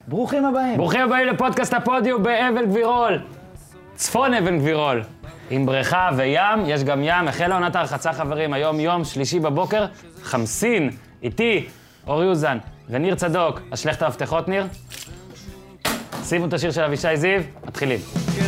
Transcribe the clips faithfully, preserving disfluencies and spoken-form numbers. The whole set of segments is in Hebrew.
ברוכים הבאים. ברוכים הבאים לפודקאסט הפודיום באבן גבירול. צפון אבן גבירול. עם בריכה וים, יש גם ים, החלה עונת הרחצה חברים, היום יום שלישי בבוקר, חמסין, איתי, אור יוזן וניר צדוק. אשלח את המפתחות ניר. שימו את השיר של אבישי זיו, מתחילים.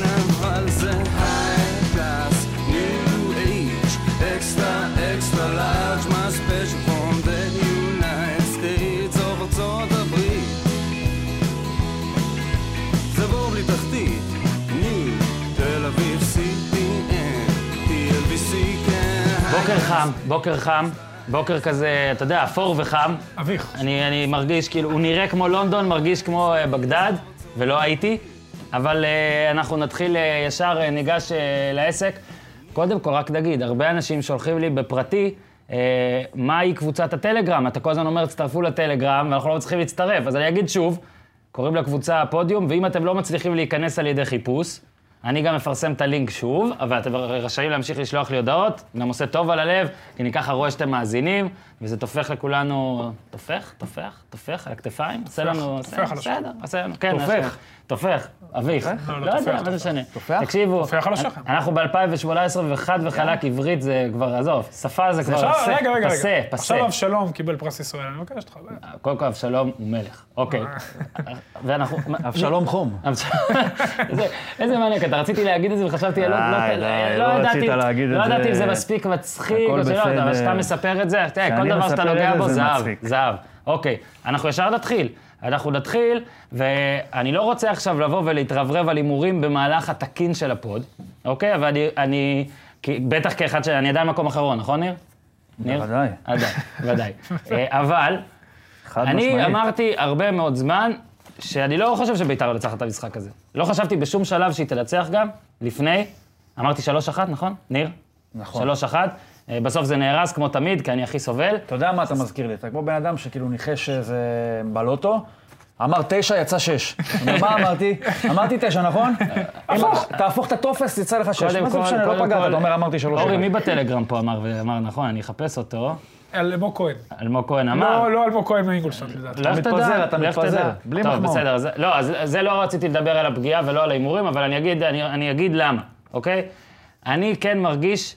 בוקר חם, בוקר חם, בוקר כזה, אתה יודע, אפור וחם. אביך. אני, אני מרגיש כאילו, הוא נראה כמו לונדון, מרגיש כמו uh, בגדד, ולא הייתי. אבל uh, אנחנו נתחיל uh, ישר, uh, ניגש uh, לעסק. קודם כל, רק נגיד, הרבה אנשים שולחים לי בפרטי, uh, מהי קבוצת הטלגרם? אתה כל הזמן אומר, תצטרפו לטלגרם, ואנחנו לא מצליחים להצטרף. אז אני אגיד שוב, קוראים לקבוצה הפודיום, ואם אתם לא מצליחים להיכנס על ידי חיפוש, אני גם מפרסם את הלינק שוב, אבל אתם רשאים להמשיך לשלוח לי הודעות, גם עושה טוב על הלב, כי אני ככה רואה שאתם מאזינים, וזה תופך לכולנו... תופך? תופך? תופך? על הכתפיים? עושה לנו... תופך על השכם. בסדר, עושה לנו, כן. תופך. תופך, אביך. לא יודע, מה זה שונה. תופך? תקשיבו, תופך על השכם. אנחנו ב-אלפיים שמונה עשרה וחד וחלק עברית זה כבר, עזוב, שפה זה כבר פסה, רגע, רגע, פסה, רגע. פסה. עכשיו אבשלום קיבל פרס ישראל, אני מבקש אותך. קודם כל אבשלום הוא מלך, אוקיי. ואנחנו... אבשלום חום. איזה מעניין, אתה רציתי להגיד את זה וחשבתי, לא ידעתי אם זה מספיק מצחיק, אבל שאתה מספר את זה, כל דבר שאתה נוגע בו זהב, זהב. אוקיי, אנחנו ישר נתחיל. אנחנו נתחיל, ואני לא רוצה עכשיו לבוא ולהתרברב על הימורים במהלך התקין של הפוד, אוקיי? אבל אני, בטח כאחד שאני עדיין מקום אחרון, נכון ניר? ניר? ודאי. עדיין, ודאי. אבל אני אמרתי הרבה מאוד זמן, שאני לא חושב שבית"ר ינצח את המשחק הזה. לא חשבתי בשום שלב שהיא תנצח גם, לפני, אמרתי שלוש אחת, נכון? ניר? נכון. שלוש אחת. בסוף זה נהרס כמו תמיד, כי אני הכי סובל. אתה יודע מה אתה מזכיר לי? אתה כמו בן אדם שכאילו ניחש איזה בלוטו, אמר תשע, יצא שש. מה אמרתי? אמרתי תשע, נכון? תהפוך את הטופס, יצא לך שש. מה זה משנה? לא פגעת, אתה אומר, אמרתי שלוש. אורי, מי בטלגרם פה אמר ואמר, נכון, אני אחפש אותו. אלמוג כהן. אלמוג כהן אמר. לא, לא אלמוג כהן מאינגולשטאט, לדעתי. לך תדע, מתפזר, אתה לך מתפזר. תדע. בלי טוב, מחמאות. בסדר, לא, זה לא רציתי לדבר על הפגיעה ולא על ההימורים, אבל אני אגיד, אני אגיד למה, אוקיי? אני כן מרגיש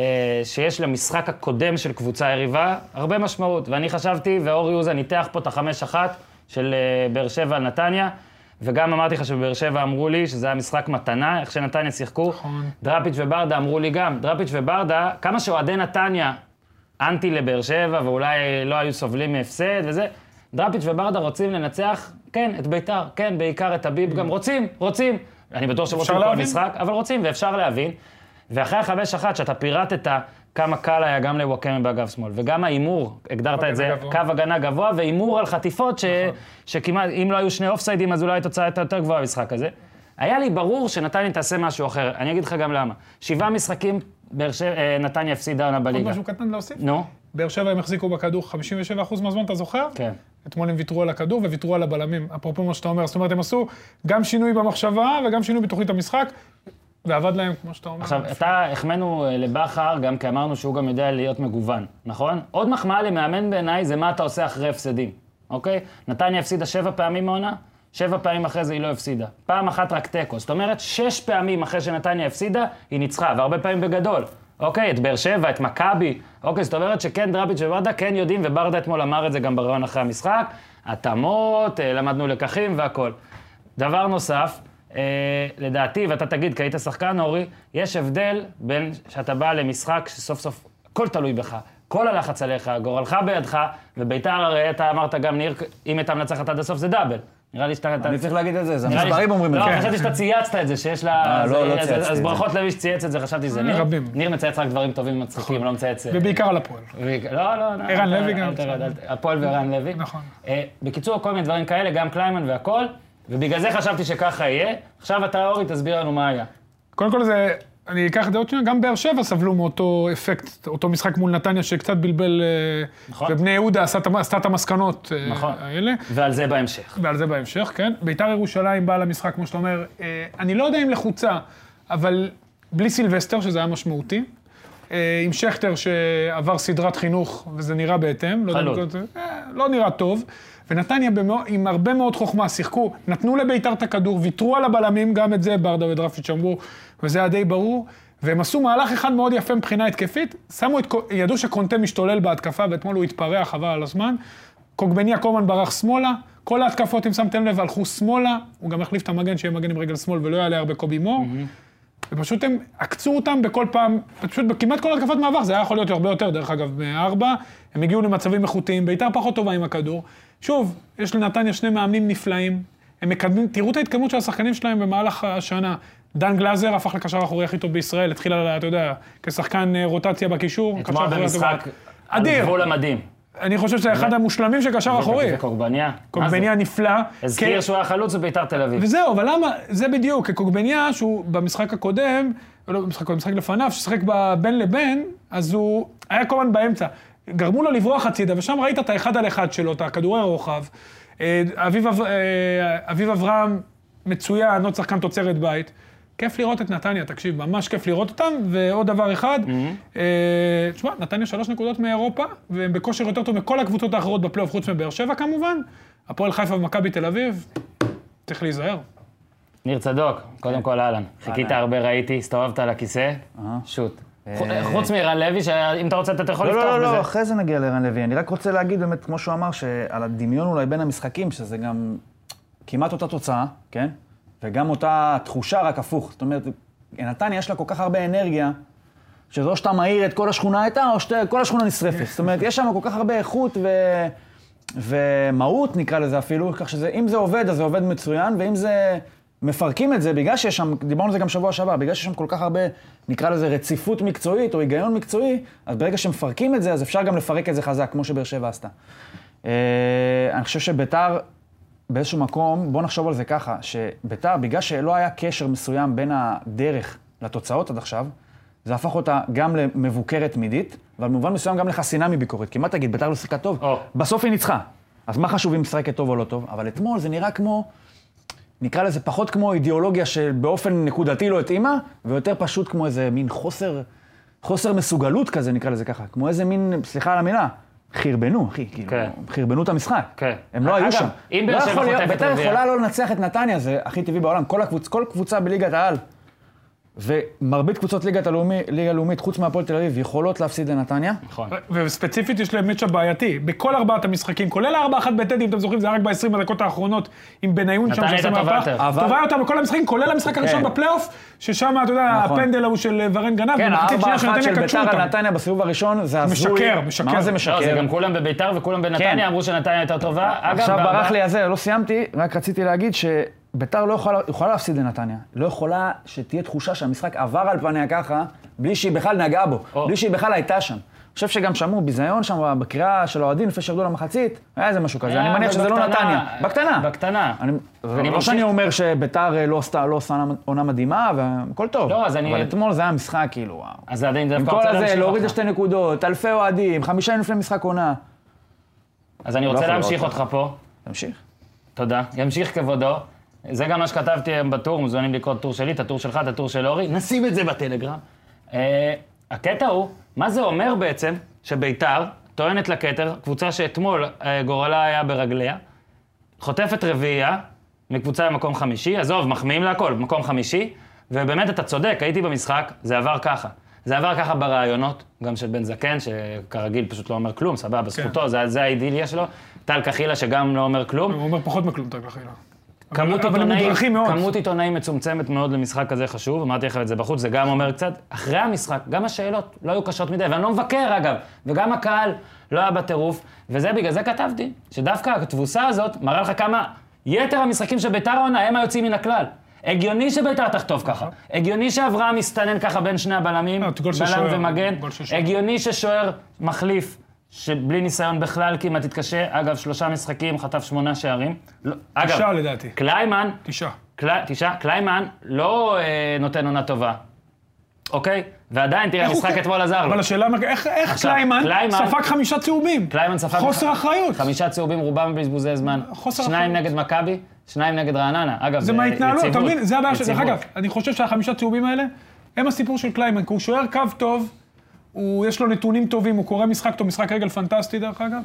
שיש למשחק הקודם של קבוצה יריבה הרבה משמעות, ואני חשבתי, ואור יוזן ניתח פה את החמש אחת של באר שבע על נתניה, וגם אמרתי לך שבאר שבע אמרו לי שזה היה משחק מתנה, איך שנתניה שיחקו, דראפיץ' וברדה אמרו לי גם, דראפיץ' וברדה, כמה שאוהדי נתניה אנטי לבאר שבע, ואולי לא היו סובלים מהפסד וזה, דראפיץ' וברדה רוצים לנצח, כן, את בית"ר, כן, בעיקר את הביב גם, רוצים, רוצים, אני בטוח שרוצים כל משחק, אבל רוצים ואפשר להבין. ואחרי החמש אחת, שאתה פירטת כמה קל היה גם לוואקמה באגף שמאל, וגם האימור, הגדרת את זה, קו הגנה גבוה, ואימור על חטיפות, שכמעט, אם לא היו שני אופסיידים, אז אולי התוצאה הייתה יותר גבוהה במשחק הזה. היה לי ברור שנתניה תעשה משהו אחר, אני אגיד לך גם למה. שבעה משחקים, נתניה הפסידה עונה בליגה. עוד משהו קטן להוסיף? נו. באר שבע הם החזיקו בכדור חמישים ושבעה אחוז מהזמן, אתה זוכר? כן. אתמול הם ויתרו על הכדור וויתרו על הבלמים, אפרופו מה שאתה אומר. זאת אומרת, הם עשו גם שינוי במחשבה וגם שינוי בתוכנית המשחק, ועבד להם, כמו שאתה אומר. עכשיו, אתה החמנו לבחר, גם כי אמרנו שהוא גם יודע להיות מגוון, נכון? עוד מחמאה למאמן בעיניי זה מה אתה עושה אחרי הפסדים, אוקיי? נתניה הפסידה שבע פעמים מעונה, שבע פעמים אחרי זה היא לא הפסידה. פעם אחת רק תיקו, זאת אומרת, שש פעמים אחרי שנתניה הפסידה, היא ניצחה, והרבה פעמים בגדול. אוקיי, את באר שבע, את מכבי, אוקיי, זאת אומרת שכן דראפיץ' וברדה כן יודעים, וברדה אתמול אמר את זה גם ברעיון אחרי המשחק, התאמות, למדנו לקחים והכל. דבר נוסף, אה, לדעתי, ואתה תגיד, כי היית שחקן אורי, יש הבדל בין שאתה בא למשחק שסוף סוף הכל תלוי בך, כל הלחץ עליך, גורלך בידך, ובית"ר הרי אתה אמרת גם ניר, אם הייתה מנצחת עד הסוף זה דאבל. נראה לי שאתה... אני צריך להגיד את זה, זה המספרים אומרים את זה. לא, חשבתי שאתה צייצת את זה, שיש לה... לא, לא צייצתי את זה. אז ברכות למי שצייץ את זה, חשבתי שזה ניר. רבים. ניר מצייץ רק דברים טובים ומצחיקים, לא מצייץ... ובעיקר על הפועל. לא, לא, לא. ערן לוי גם. הפועל וערן לוי. נכון. בקיצור, כל מיני דברים כאלה, גם קליימן והכל, ובגלל זה חשבתי שככה יהיה. עכשיו אתה, אורי, תסביר לנו מה היה. קודם כל זה... אני אקח את זה עוד שנייה, גם באר שבע סבלו מאותו אפקט, אותו משחק מול נתניה שקצת בלבל, נכון. ובני יהודה עשתה את המסקנות נכון. האלה. ועל זה בהמשך. ועל זה בהמשך, כן. בית"ר ירושלים באה למשחק, כמו שאתה אומר, אני לא יודע אם לחוצה, אבל בלי סילבסטר, שזה היה משמעותי. עם שכטר שעבר סדרת חינוך, וזה נראה בהתאם. חלוט. לא נראה טוב. ונתניה עם הרבה מאוד חוכמה שיחקו, נתנו לביתר את הכדור, ויתרו על הבלמים, גם את זה ברדה ודרפיץ' אמרו, וזה היה די ברור, והם עשו מהלך אחד מאוד יפה מבחינה התקפית, שמו את, ידעו שקונטה משתולל בהתקפה, ואתמול הוא התפרע, חבל על הזמן, קוגבניה קומן ברח שמאלה, כל ההתקפות, אם שמתם לב, הלכו שמאלה, הוא גם החליף את המגן, שיהיה מגן עם רגל שמאל, ולא יעלה הרבה קובי מור, mm-hmm. ופשוט הם עקצו אותם בכל פעם, פשוט כמעט כל התקפות מעבר, זה היה יכול להיות הרבה יותר, דרך אגב, מארבע, הם הגיעו למצבים איכותיים, ביתר פחות טובה עם הכדור. שוב, יש לנתניה שני מאמנים נפלאים, הם מקדמים, תראו את ההתקדמות של השחקנים שלהם במהלך השנה. דן גלאזר הפך לקשר האחורי הכי טוב בישראל, התחיל, אתה יודע, כשחקן רוטציה בקישור. אתמול במשחק, על גבול המדהים. אני חושב שזה אחד המושלמים של קשר האחורי. זה קוגבניה. קוגבניה נפלא. הזכיר שהוא היה חלוץ בביתר תל אביב. וזהו, אבל למה? זה בדיוק, כקוגבניה, שהוא במשחק הקודם, לא במשחק, במשחק לפניו, ששחק בין לבין, אז הוא היה כל הזמן באמצע. גרמו לו לברוח הצידה, ושם ראית את האחד על אחד שלו, את הכדורי הרוחב. אביב, אביב אברהם מצוין, עוד שחקן תוצרת בית. כיף לראות את נתניה, תקשיב, ממש כיף לראות אותם. ועוד דבר אחד, mm-hmm. תשמע, נתניה שלוש נקודות מאירופה, והם בכושר יותר טוב מכל הקבוצות האחרות בפלייאוף, חוץ מבאר שבע כמובן. הפועל חיפה ומכבי תל אביב, צריך להיזהר. ניר צדוק, קודם כל אהלן. חיכית הרבה, ראיתי, הסתובבת על הכיסא, שוט. חוץ מערן לוי, שאם אתה רוצה, אתה יכול לפתוח בזה. לא, לא, לא, אחרי זה נגיע לערן לוי. אני רק רוצה להגיד באמת, כמו שהוא אמר, שעל הדמיון אולי בין המשחקים, שזה גם כמעט אותה תוצאה, כן? וגם אותה תחושה, רק הפוך. זאת אומרת, נתניה יש לה כל כך הרבה אנרגיה, שזה או שאתה מהיר את כל השכונה הייתה, או שכל השכונה נשרפת. זאת אומרת, יש שם כל כך הרבה איכות ו... ומהות, נקרא לזה אפילו, כך שזה, אם זה עובד, אז זה עובד מצוין, ואם זה... מפרקים את זה, בגלל שיש שם, דיברנו על זה גם שבוע שעבר, בגלל שיש שם כל כך הרבה, נקרא לזה רציפות מקצועית או היגיון מקצועי, אז ברגע שמפרקים את זה, אז אפשר גם לפרק את זה חזק, כמו שבאר שבע עשתה. אני חושב שביתר, באיזשהו מקום, בוא נחשוב על זה ככה, שביתר, בגלל שלא היה קשר מסוים בין הדרך לתוצאות עד עכשיו, זה הפך אותה גם למבוקרת מידית, אבל במובן מסוים גם לחסינה מביקורת. כי מה תגיד, ביתר לא שיחקה טוב? Oh. בסוף היא ניצחה. אז מה חשוב אם משחקת טוב או לא טוב? אבל אתמול זה נראה כמו... נקרא לזה פחות כמו אידיאולוגיה שבאופן נקודתי לא התאימה, ויותר פשוט כמו איזה מין חוסר, חוסר מסוגלות כזה, נקרא לזה ככה. כמו איזה מין, סליחה על המילה, חרבנו, אחי, כאילו, חרבנו את המשחק. כן. הם לא היו שם. אם באר שבע חוטפת רביעייה. ביתר יכולה לא לנצח את נתניה, זה הכי טבעי בעולם. כל הקבוצ, כל קבוצה בליגת העל, ומרבית קבוצות ליגת הלאומי, ליגה לאומית, חוץ מהפועל תל אביב, יכולות להפסיד לנתניה. נכון. וספציפית יש להם מצ'אפ בעייתי. בכל ארבעת המשחקים, כולל הארבע אחת בטדי, אם אתם זוכרים, זה היה רק ב-עשרים הדקות האחרונות, עם בניון שם שעושה מהפך. טובה יותר בכל המשחקים, כולל המשחק הראשון בפלייאוף, ששם, אתה יודע, הפנדל ההוא של ורן גנב, כן, הארבע אחת של ביתר על נתניה בסיבוב הראשון, זה הזוי. משקר, משקר. מה זה משקר? זה גם כולם בביתר וכולם בנתניה אמרו שנתניה יותר טובה. עכשיו ברח לי הזה, לא סיימתי, רק רציתי להגיד ש ביתר לא יכולה, יכולה להפסיד לנתניה. לא יכולה שתהיה תחושה שהמשחק עבר על פניה ככה, בלי שהיא בכלל נגעה בו, oh. בלי שהיא בכלל הייתה שם. אני חושב שגם שמעו ביזיון שם בקריאה של האוהדים לפני שירדו למחצית, היה איזה משהו כזה. אני מניח שזה לא נתניה. בקטנה. בקטנה. אני, אני לא שאני אומר שביתר לא עשתה לא עושה עונה מדהימה, והכל טוב. לא, אז אני... אבל אתמול זה היה משחק, כאילו, וואו. אז עדיין דווקא עם כל הזה, להוריד שתי נקודות, אלפי אוהדים, חמישה לפני משחק עונה. אז אני רוצה להמשיך אותך פה. תמשיך. תודה. ימשיך כבודו. זה גם מה שכתבתי בטור, מוזמנים לקרוא את הטור שלי, את הטור שלך, את הטור של אורי, נשים את זה בטלגרם. Uh, הקטע הוא, מה זה אומר בעצם שביתר טוענת לכתר, קבוצה שאתמול uh, גורלה היה ברגליה, חוטפת רביעייה מקבוצה במקום חמישי, עזוב, מחמיאים לה הכל, במקום חמישי, ובאמת אתה צודק, הייתי במשחק, זה עבר ככה. זה עבר ככה ברעיונות, גם של בן זקן, שכרגיל פשוט לא אומר כלום, סבבה, בזכותו, זה, זה האידיליה שלו, טל קחילה שגם לא אומר כלום. הוא אומר פחות מכלום, טל קחילה. כמות עיתונאים, כמות עיתונאים מצומצמת מאוד למשחק כזה חשוב, אמרתי לך את זה בחוץ, זה גם אומר קצת, אחרי המשחק, גם השאלות לא היו קשות מדי, ואני לא מבקר אגב, וגם הקהל לא היה בטירוף, וזה בגלל זה כתבתי, שדווקא התבוסה הזאת מראה לך כמה יתר המשחקים של ביתר העונה הם היוצאים מן הכלל. הגיוני שביתר תחטוף ככה, הגיוני שאברהם מסתנן ככה בין שני הבלמים, בלם ומגן, הגיוני ששוער מחליף, שבלי ניסיון בכלל כמעט התקשה, אגב, שלושה משחקים, חטף שמונה שערים. תשעה לדעתי. קליימן... תשעה. תשעה, קליימן לא נותן עונה טובה, אוקיי? ועדיין, תראה, המשחק אתמול עזר לו. אבל השאלה, איך קליימן ספג חמישה צהובים? קליימן ספג... חוסר אחריות. חמישה צהובים, רובם בזבוזי זמן. חוסר אחריות. שניים נגד מכבי, שניים נגד רעננה. אגב, זה מההתנהלות, אתה מבין? זה הבעיה של... אגב, אני חושב שהחמישה צהובים האלה הם הסיפור של קליימן, כי הוא שוער קו טוב, הוא, יש לו נתונים טובים, הוא קורא משחק טוב, משחק רגל פנטסטי דרך אגב.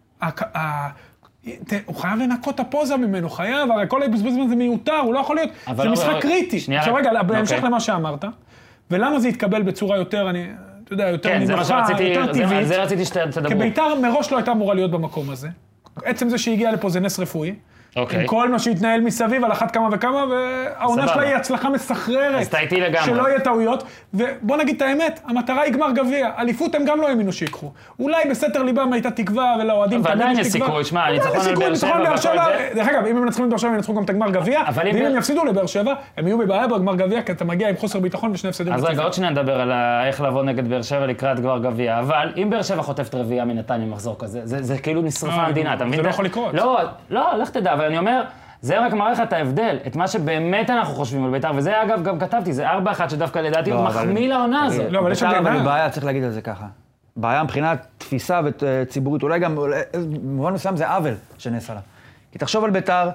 הוא חייב לנקות את הפוזה ממנו, חייב, הרי כל הבזבז זה מיותר, הוא לא יכול להיות, זה משחק קריטי. עכשיו רגע, בהמשך למה שאמרת, ולמה זה יתקבל בצורה יותר, אני, אתה יודע, יותר נמוכה, יותר טבעית, זה רציתי שתדברו. כי בית"ר מראש לא הייתה אמורה להיות במקום הזה. עצם זה שהגיע לפה זה נס רפואי. עם כל מה שהתנהל מסביב, על אחת כמה וכמה, והעונה שלה היא הצלחה מסחררת. שלא יהיה טעויות. ובוא נגיד את האמת, המטרה היא גמר גביע. אליפות הם גם לא האמינו שיקחו. אולי בסתר ליבם הייתה תקווה, ולאוהדים תמיד יש תקווה. ועדיין יש סיכוי, שמע, ניצחון על באר שבע וכל זה. דרך אגב, אם הם מנצחים את באר שבע, הם ינצחו גם את הגמר גביע. ואם הם יפסידו לבאר שבע, הם יהיו בבעיה בגמר גביע, כי אתה מגיע עם חוסר ביטחון ושני הפסדים. אז רגע, עוד שניה נדבר על איך לבוא נגד באר שבע לקראת גמר גביע. אבל אם באר שבע חוטפת רביעייה מנתניה מחזור כזה, זה כאילו נשרפה המדינה, אתה מבין? זה לא יכול לקרות. לא, לא, לך תדע, אבל אני אומר, זה רק מראה לך את ההבדל, את מה שבאמת אנחנו חושבים על בית"ר, וזה אגב גם כתבתי, זה ארבע אחת שדווקא לדעתי הוא מחמיא לעונה הזאת. לא, אבל יש אבל בעיה, צריך להגיד על זה ככה. בעיה מבחינת תפיסה וציבורית, אולי גם, במובן מסוים זה עוול שנעשה לה. כי תחשוב על בית"ר,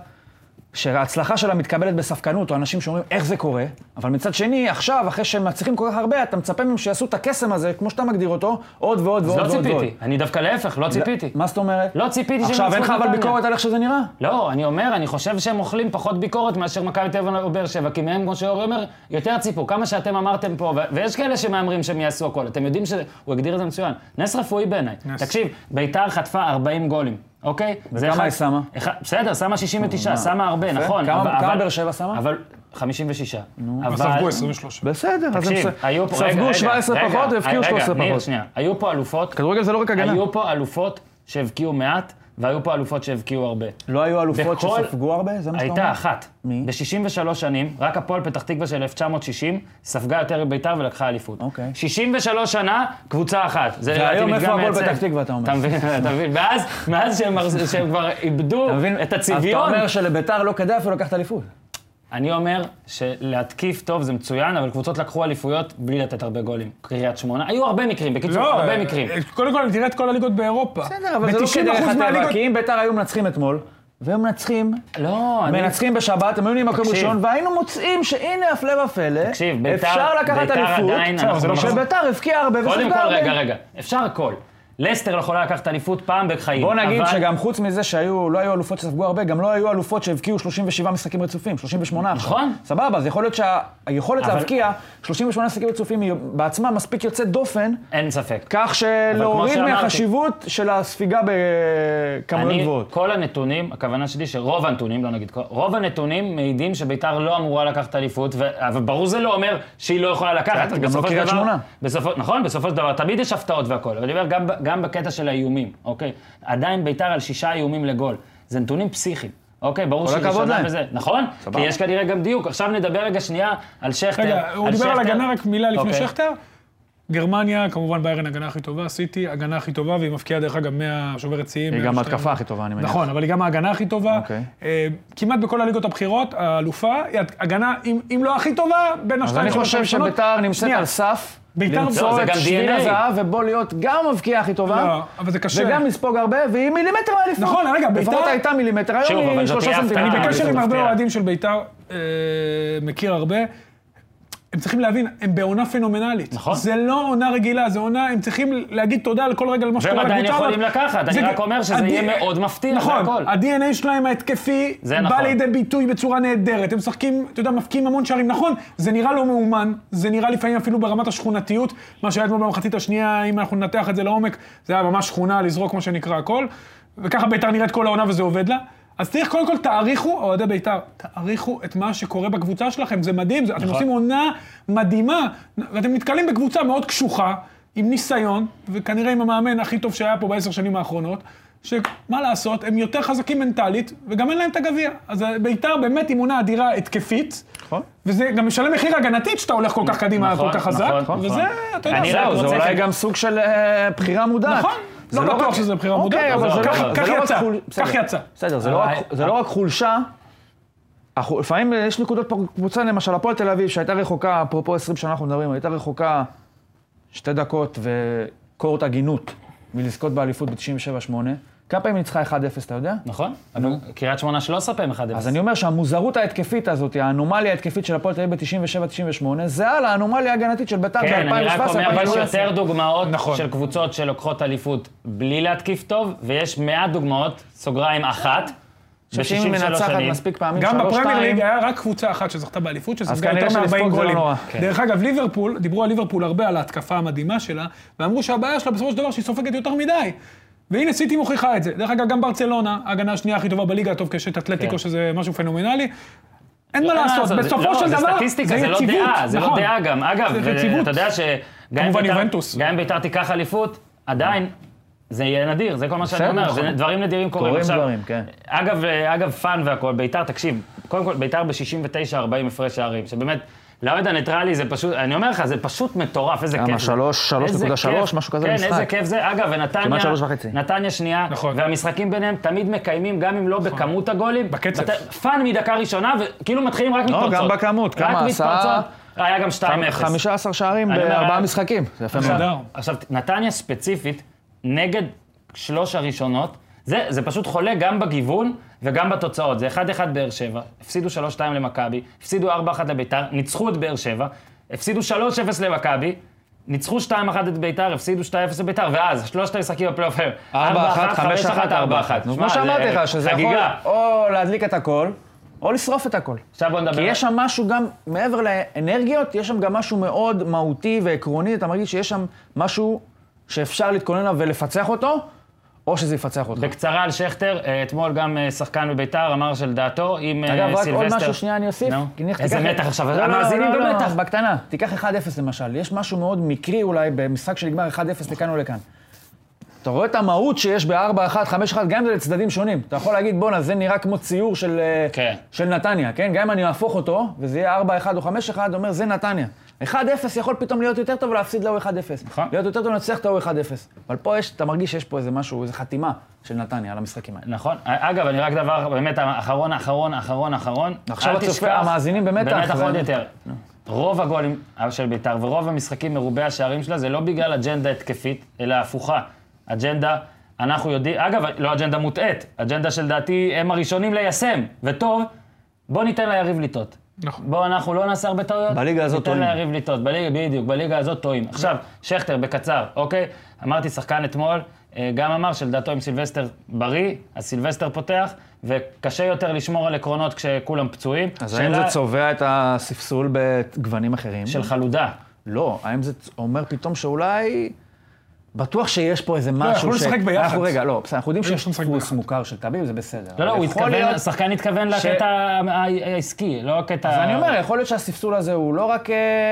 שההצלחה שלה מתקבלת בספקנות, או אנשים שאומרים איך זה קורה, אבל מצד שני, עכשיו, אחרי שהם מצליחים כל כך הרבה, אתה מצפה מהם שיעשו את הקסם הזה, כמו שאתה מגדיר אותו, עוד ועוד ועוד ועוד. לא ציפיתי, אני דווקא להפך, לא ציפיתי. מה זאת אומרת? לא ציפיתי שהם עכשיו אין לך אבל ביקורת על איך שזה נראה? לא, אני אומר, אני חושב שהם אוכלים פחות ביקורת מאשר מכבי תל אביב או באר שבע, כי מהם, כמו שאורי אומר, יותר ציפו, כמה שאתם אמרתם פה, ויש כאלה שמאמרים שהם יעשו הכל. אתם יודעים שהוא הגדיר את זה מצוין. נס רפואי בעיניי. תקשיב, בית"ר חטפה ארבעים גולים. אוקיי? וכמה היא שמה? בסדר, שמה שישים ותשע, שמה הרבה, נכון. כמה באר שבע שמה? אבל חמישים ושש. אבל ספגו עשרים ושלוש. בסדר, אז הם ספגו שבע עשרה פחות והבקיעו שלוש עשרה פחות. רגע, שנייה, היו פה אלופות. כדורגל זה לא רק הגנה. היו פה אלופות שהבקיעו מעט, והיו פה אלופות שהבקיעו הרבה. לא היו אלופות שספגו הרבה? זה מה שאתה אומר? הייתה אחת. מי? ב-שישים ושלוש שנים, רק הפועל פתח תקווה של אלף תשע מאות שישים, ספגה יותר מבית"ר ולקחה אליפות. אוקיי. שישים ושלוש שנה, קבוצה אחת. והיום איפה הפועל פתח תקווה, אתה אומר? אתה מבין, אתה מבין. ואז, מאז שהם כבר איבדו את הצביון. אז אתה אומר שלבית"ר לא כדאי אפילו לקחת אליפות. אני אומר שלהתקיף טוב זה מצוין, אבל קבוצות לקחו אליפויות בלי לתת הרבה גולים. קריית שמונה, היו הרבה מקרים, בקיצור, הרבה מקרים. קודם כל, תראה את כל הליגות באירופה. בסדר, אבל זה לא כדאי לך, כי אם בית"ר היו מנצחים אתמול, והם מנצחים, מנצחים בשבת, הם היו נהיים מקום ראשון, והיינו מוצאים שהנה הפלא ופלא, אפשר לקחת אליפות, שבית"ר הבקיע הרבה וספגה הרבה. קודם כל, רגע, רגע, אפשר הכל. לסטר לא יכולה לקחת אליפות פעם בחיים. בוא נגיד אבל... שגם חוץ מזה שהיו, לא היו אלופות שספגו הרבה, גם לא היו אלופות שהבקיעו שלושים ושבעה משחקים רצופים, שלושים ושמונה עכשיו. נכון. סבבה, אז יכול להיות שהיכולת אבל... להבקיע שלושים ושמונה משחקים רצופים היא בעצמה מספיק יוצאת דופן. אין ספק. כך שלהוריד מהחשיבות של הספיגה בכמויות גבוהות. כל הנתונים, הכוונה שלי שרוב הנתונים, לא נגיד, רוב הנתונים מעידים שבית"ר לא אמורה לקחת אליפות, אבל ברור זה לא אומר שהיא לא יכולה לקחת. גם לא קריית שמונה. נכון, בסופו של דבר, תמיד יש הפתעות והכל. אבל אני אומר, גם גם בקטע של האיומים, אוקיי? עדיין בית"ר על שישה איומים לגול. זה נתונים פסיכיים, אוקיי? ברור שהיא שנה בזה. נכון? כי יש כנראה גם דיוק. עכשיו נדבר רגע שנייה על שכטר. רגע, הוא דיבר על הגנה, רק מילה לפני שכטר. גרמניה, כמובן ביירן הגנה הכי טובה, סיטי הגנה הכי טובה, והיא מפקיעה דרך אגב מהשוברת שיאים. היא גם ההתקפה הכי טובה, אני מניח. נכון, אבל היא גם ההגנה הכי טובה. כמעט בכל הליגות הבחירות, האלופה, היא הגנה, אם לא הכי טובה, בין השתיים. אז אני חושב שבית"ר נמצאת על סף. למצוא את שביל הזהב ובוא להיות גם מבקיעה הכי טובה, לא, אבל זה קשה. וגם לספוג הרבה, והיא מילימטר מהאליפות. נכון, רגע, בית"ר... לפחות הייתה מילימטר, היום היא שלושה סנטימטר. אני בקשר עם הרבה אוהדים של בית"ר, מכיר הרבה, הם צריכים להבין, הם בעונה פנומנלית. נכון. זה לא עונה רגילה, זה עונה, הם צריכים להגיד תודה על כל רגע על מה שקורה לקבוצה. והם עדיין יכולים לקחת, אני רק אומר שזה יהיה מאוד מפתיע, זה הכל. נכון, ה-די אן איי שלהם ההתקפי בא לידי ביטוי בצורה נהדרת. הם משחקים, אתה יודע, מפקיעים המון שערים. נכון, זה נראה לא מאומן, זה נראה לפעמים אפילו ברמת השכונתיות, מה שהיה אתמול במחצית השנייה, אם אנחנו ננתח את זה לעומק, זה היה ממש שכונה, לזרוק כמו שנקרא הכל. וככה בית"ר נראית כל העונה וזה עובד לה. אז צריך קודם כל תעריכו, אוהדי בית"ר, תעריכו את מה שקורה בקבוצה שלכם, זה מדהים, זה, אתם עושים עונה מדהימה, ואתם נתקלים בקבוצה מאוד קשוחה, עם ניסיון, וכנראה עם המאמן הכי טוב שהיה פה בעשר שנים האחרונות, שמה לעשות, הם יותר חזקים מנטלית, וגם אין להם את הגביע. אז בית"ר באמת עם עונה אדירה התקפית, נכון. וזה גם משלם מחיר הגנתית שאתה הולך כל כך קדימה, נכון, כל כך חזק, נכון, וזה, נכון. אתה יודע, זה, זה אולי גם סוג של uh, בחירה מודעת. נכון. לא בטוח שזה בחירה מודעת, אבל כך יצא, כך יצא. בסדר, זה לא רק חולשה, לפעמים יש נקודות קבוצה, למשל, הפועל תל אביב, שהייתה רחוקה, אפרופו עשרים שנה אנחנו מדברים, הייתה רחוקה שתי דקות וקורט הגינות מלזכות באליפות ב-תשעים ושבע שמונה, כמה פעמים ניצחה אחד אפס, אתה יודע? נכון, אבל קריית שמונה שלוש עשרה פעמים אחד אפס. אז אני אומר שהמוזרות ההתקפית הזאת, האנומליה ההתקפית של הפועל תל אביב ב-תשעים ושבע תשעים ושמונה, זה על האנומליה ההגנתית של בית"ר כן, אני רק אומר, יש אלפיים יותר דוגמאות נכון. של קבוצות שלוקחות אליפות בלי להתקיף טוב, ויש מעט דוגמאות, סוגריים אחת, ב-שישים ושלוש מנצחת מספיק פעמים, גם שלוש, בפרמייר שתיים. ליג היה רק קבוצה אחת שזכתה באליפות, שספגה כנראה יותר מ-ארבעים שלספוג זה לא גולים. נורא. דרך אגב, ליברפול, דיברו על ליברפול הרבה על ההתקפה המדהימה שלה, ואמרו שהבעיה שלה בסופו של דבר שהיא סופגת יותר מדי. והנה סיטי מוכיחה את זה. דרך אגב, גם ברצלונה, ההגנה השנייה הכי טובה בליגה, טוב כשאת אתלטיקו, שזה משהו פנומנלי. אין מה לעשות, בסופו של דבר, זה יציבות. זה לא דעה, זה לא דעה גם. אגב, אתה יודע שגם אם בית"ר תיקח אליפות, עדיין, זה יהיה נדיר, זה כל מה שאני אומר, זה דברים נדירים קורים. קורים דברים, כן. אגב, אגב, פאן והכל, בית"ר, תקשיב, קודם כל, בית"ר ב-שישים ותשע ארבעים הפרש שערים, שבאמת, לאוהד הניטרלי זה פשוט, אני אומר לך, זה פשוט מטורף, איזה כיף. כמה, שלוש, שלוש נקודה שלוש, משהו כזה במשחק. כן, איזה כיף זה. אגב, ונתניה, כמעט שלוש וחצי. נתניה שנייה, והמשחקים ביניהם תמיד מקיימים, גם אם לא בכמות הגולים. בקצב. פאן מדקה ראשונה, וכאילו מתחילים רק מתפרצות. לא, גם בכמות, כמה עשה? היה גם שתיים אפס. חמישה עשר שערים בארבעה משחקים. זה יפה מאוד. עכשיו, נתניה ספציפית, נגד שלוש הראשונות, זה, זה פשוט חולה גם בגיוון וגם בתוצאות. זה אחד אחד באר שבע, הפסידו שלוש שתיים למכבי, הפסידו ארבע אחת לביתר, ניצחו את באר שבע, הפסידו שלוש אפס למכבי, ניצחו שתיים אחת את ביתר, הפסידו שתיים אפס לביתר, ואז שלושת המשחקים בפלייאוף הם ארבע אחת, חמש אחת, ארבע אחת. כמו שאמרתי לך, שזה יכול או להדליק את הכל, או לשרוף את הכל. עכשיו בוא נדבר. כי יש שם משהו גם, מעבר לאנרגיות, יש שם גם משהו מאוד מהותי ועקרוני, אתה מרגיש שיש שם משהו שאפשר להתכונן עליו ולפצח אותו, או שזה יפצח אותך. בקצרה על שכטר, אתמול גם שחקן בביתר אמר של דעתו עם סילבסטר. אגב, רק עוד משהו שנייה אני אוסיף. איזה מתח עכשיו, המאזינים במתח. בקטנה, תיקח אחד אפס למשל. יש משהו מאוד מקרי אולי במשחק שנגמר אחד אפס לכאן או לכאן. אתה רואה את המהות שיש ב-ארבע אחת, חמש אחת, גם זה לצדדים שונים. אתה יכול להגיד, בואנה, זה נראה כמו ציור של נתניה, כן? גם אם אני אהפוך אותו, וזה יהיה ארבע אחת או חמש אחת, אומר, זה נתניה. אחד אפס יכול פתאום להיות יותר טוב ולהפסיד לו אחד אפס. נכון. להיות יותר טוב לנצח את הוא אחד אפס. אבל פה יש, אתה מרגיש שיש פה איזה משהו, איזו חתימה של נתניה על המשחקים האלה. נכון. אגב, אני רק דבר, באמת, האחרון, האחרון, האחרון, האחרון. עכשיו הצופה, המאזינים במתח. במתח עוד יותר. רוב הגולים של בית"ר ורוב המשחקים מרובי השערים שלה, זה לא בגלל אג'נדה התקפית, אלא הפוכה. אג'נדה, אנחנו יודעים, אגב, לא אג'נדה מוטעית, אג'נדה שלדעתי הם הראשונים ליישם. וטוב, בוא ניתן ליריב לטעות. נכון. בואו אנחנו לא נעשה הרבה טעויות. בליגה הזאת טועים. ניתן ליריב לטעות, בליגה, בדיוק, בליגה הזאת טועים. עכשיו, שכטר, בקצר, אוקיי? אמרתי, שחקן אתמול, גם אמר שלדעתו עם סילבסטר בריא, אז סילבסטר פותח, וקשה יותר לשמור על עקרונות כשכולם פצועים. אז האם זה צובע את הספסול בגוונים אחרים? של חלודה. לא, האם זה אומר פתאום שאולי... בטוח שיש פה איזה משהו ש... לא, יכולו לשחק ביחד. רגע, לא, אנחנו יודעים שיש דפוס מוכר של תביב, זה בסדר. לא, לא, הוא התכוון, השחקן התכוון לקטע העסקי, לא הקטע... אז אני אומר, יכול להיות שהספסול הזה הוא לא רק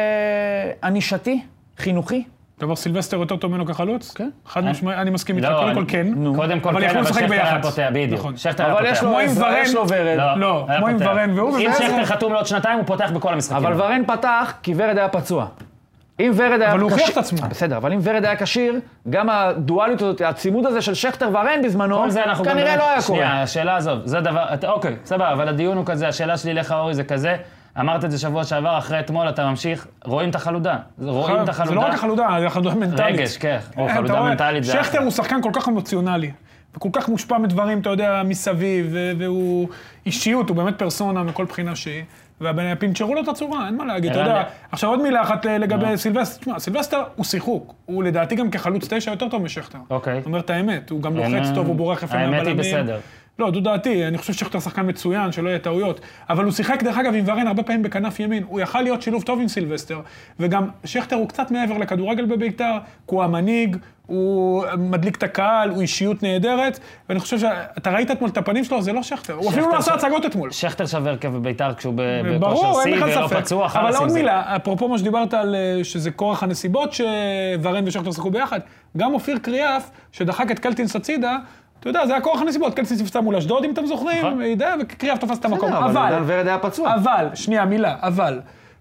ענישתי, חינוכי. אתה אומר, סילבסטר יותר טוב ממנו כחלוץ? כן. חד משמעי, אני מסכים איתך, קודם כל כן. קודם כל כן, אבל שכטר היה פותח, בדיוק. אבל יש לו ורד. לא, כמו עם ורן והוא... אם שכטר חתום לעוד שנתיים, הוא פותח בכל המשחקים. אבל ורן פתח כי ורד היה פצוע. אם ורד היה... אבל הוא הוכיח את עצמו. בסדר, אבל אם ורד היה כשיר, גם הדואליות הזאת, הצימוד הזה של שכטר ורן בזמנו, כנראה לא היה קורה. שנייה, השאלה הזו, זה דבר... אוקיי, סבבה, אבל הדיון הוא כזה, השאלה שלי לך, אורי, זה כזה, אמרת את זה שבוע שעבר, אחרי אתמול אתה ממשיך, רואים את החלודה. רואים את החלודה. זה לא רק החלודה, זה החלודה מנטלית. רגש, כן. או חלודה מנטלית. שכטר הוא שחקן כל כך אמוציונלי, וכל כך מושפע מדברים, אתה יודע, מסביב, והוא אישיות, הוא באמת פרסונה מכל בחינה שהיא. ופינצ'רו לו את הצורה, אין מה להגיד, אתה יודע. עכשיו עוד מילה אחת לגבי סילבסטר. תשמע, סילבסטר הוא שיחוק. הוא לדעתי גם כחלוץ תשע יותר טוב משכטר. אוקיי. זאת אומרת את האמת, הוא גם לוחץ טוב, הוא בורח יפה מהבלמים. האמת היא בסדר. לא, דו דעתי, אני חושב ששכטר שחקן מצוין, שלא יהיה טעויות. אבל הוא שיחק דרך אגב עם ורן הרבה פעמים בכנף ימין. הוא יכל להיות שילוב טוב עם סילבסטר. וגם שכטר הוא קצת מעבר לכדורגל בביתר, הוא המנהיג, הוא מדליק את הקהל, הוא אישיות נהדרת, ואני חושב שאתה ראית אתמול את הפנים שלו, זה לא שכטר. הוא אפילו לא עשה הצגות אתמול. שכטר שווה הרכב בביתר כשהוא בכושר שיא ולא פצוע. אבל עוד מילה, אפרופו מה שדיברת על שזה כורח הנסיבות שוורן ושכטר שחקו ביחד, גם אופיר קריאף, שדחק את קלטינס הצידה, אתה יודע, זה היה כורח הנסיבות, קלטינס נפצע מול אשדוד, אם אתם זוכרים, וקריאף תפס את המקום. אבל, אבל, שנייה, מילה, אבל,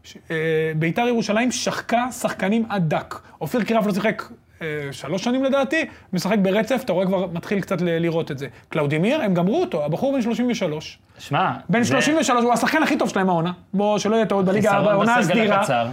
ביתר ירושלים שחקה שחקנים עד דק. אופיר קריאף לא שיחק שלוש שנים לדעתי, משחק ברצף, אתה רואה כבר מתחיל קצת לראות את זה. קלאודימיר, הם גמרו אותו, הבחור בן שלושים ושלוש. שמע, בן שלושים ושלוש, הוא השחקן הכי טוב שלהם העונה. בוא, שלא יהיה טעות בליגה, העונה הסדירה.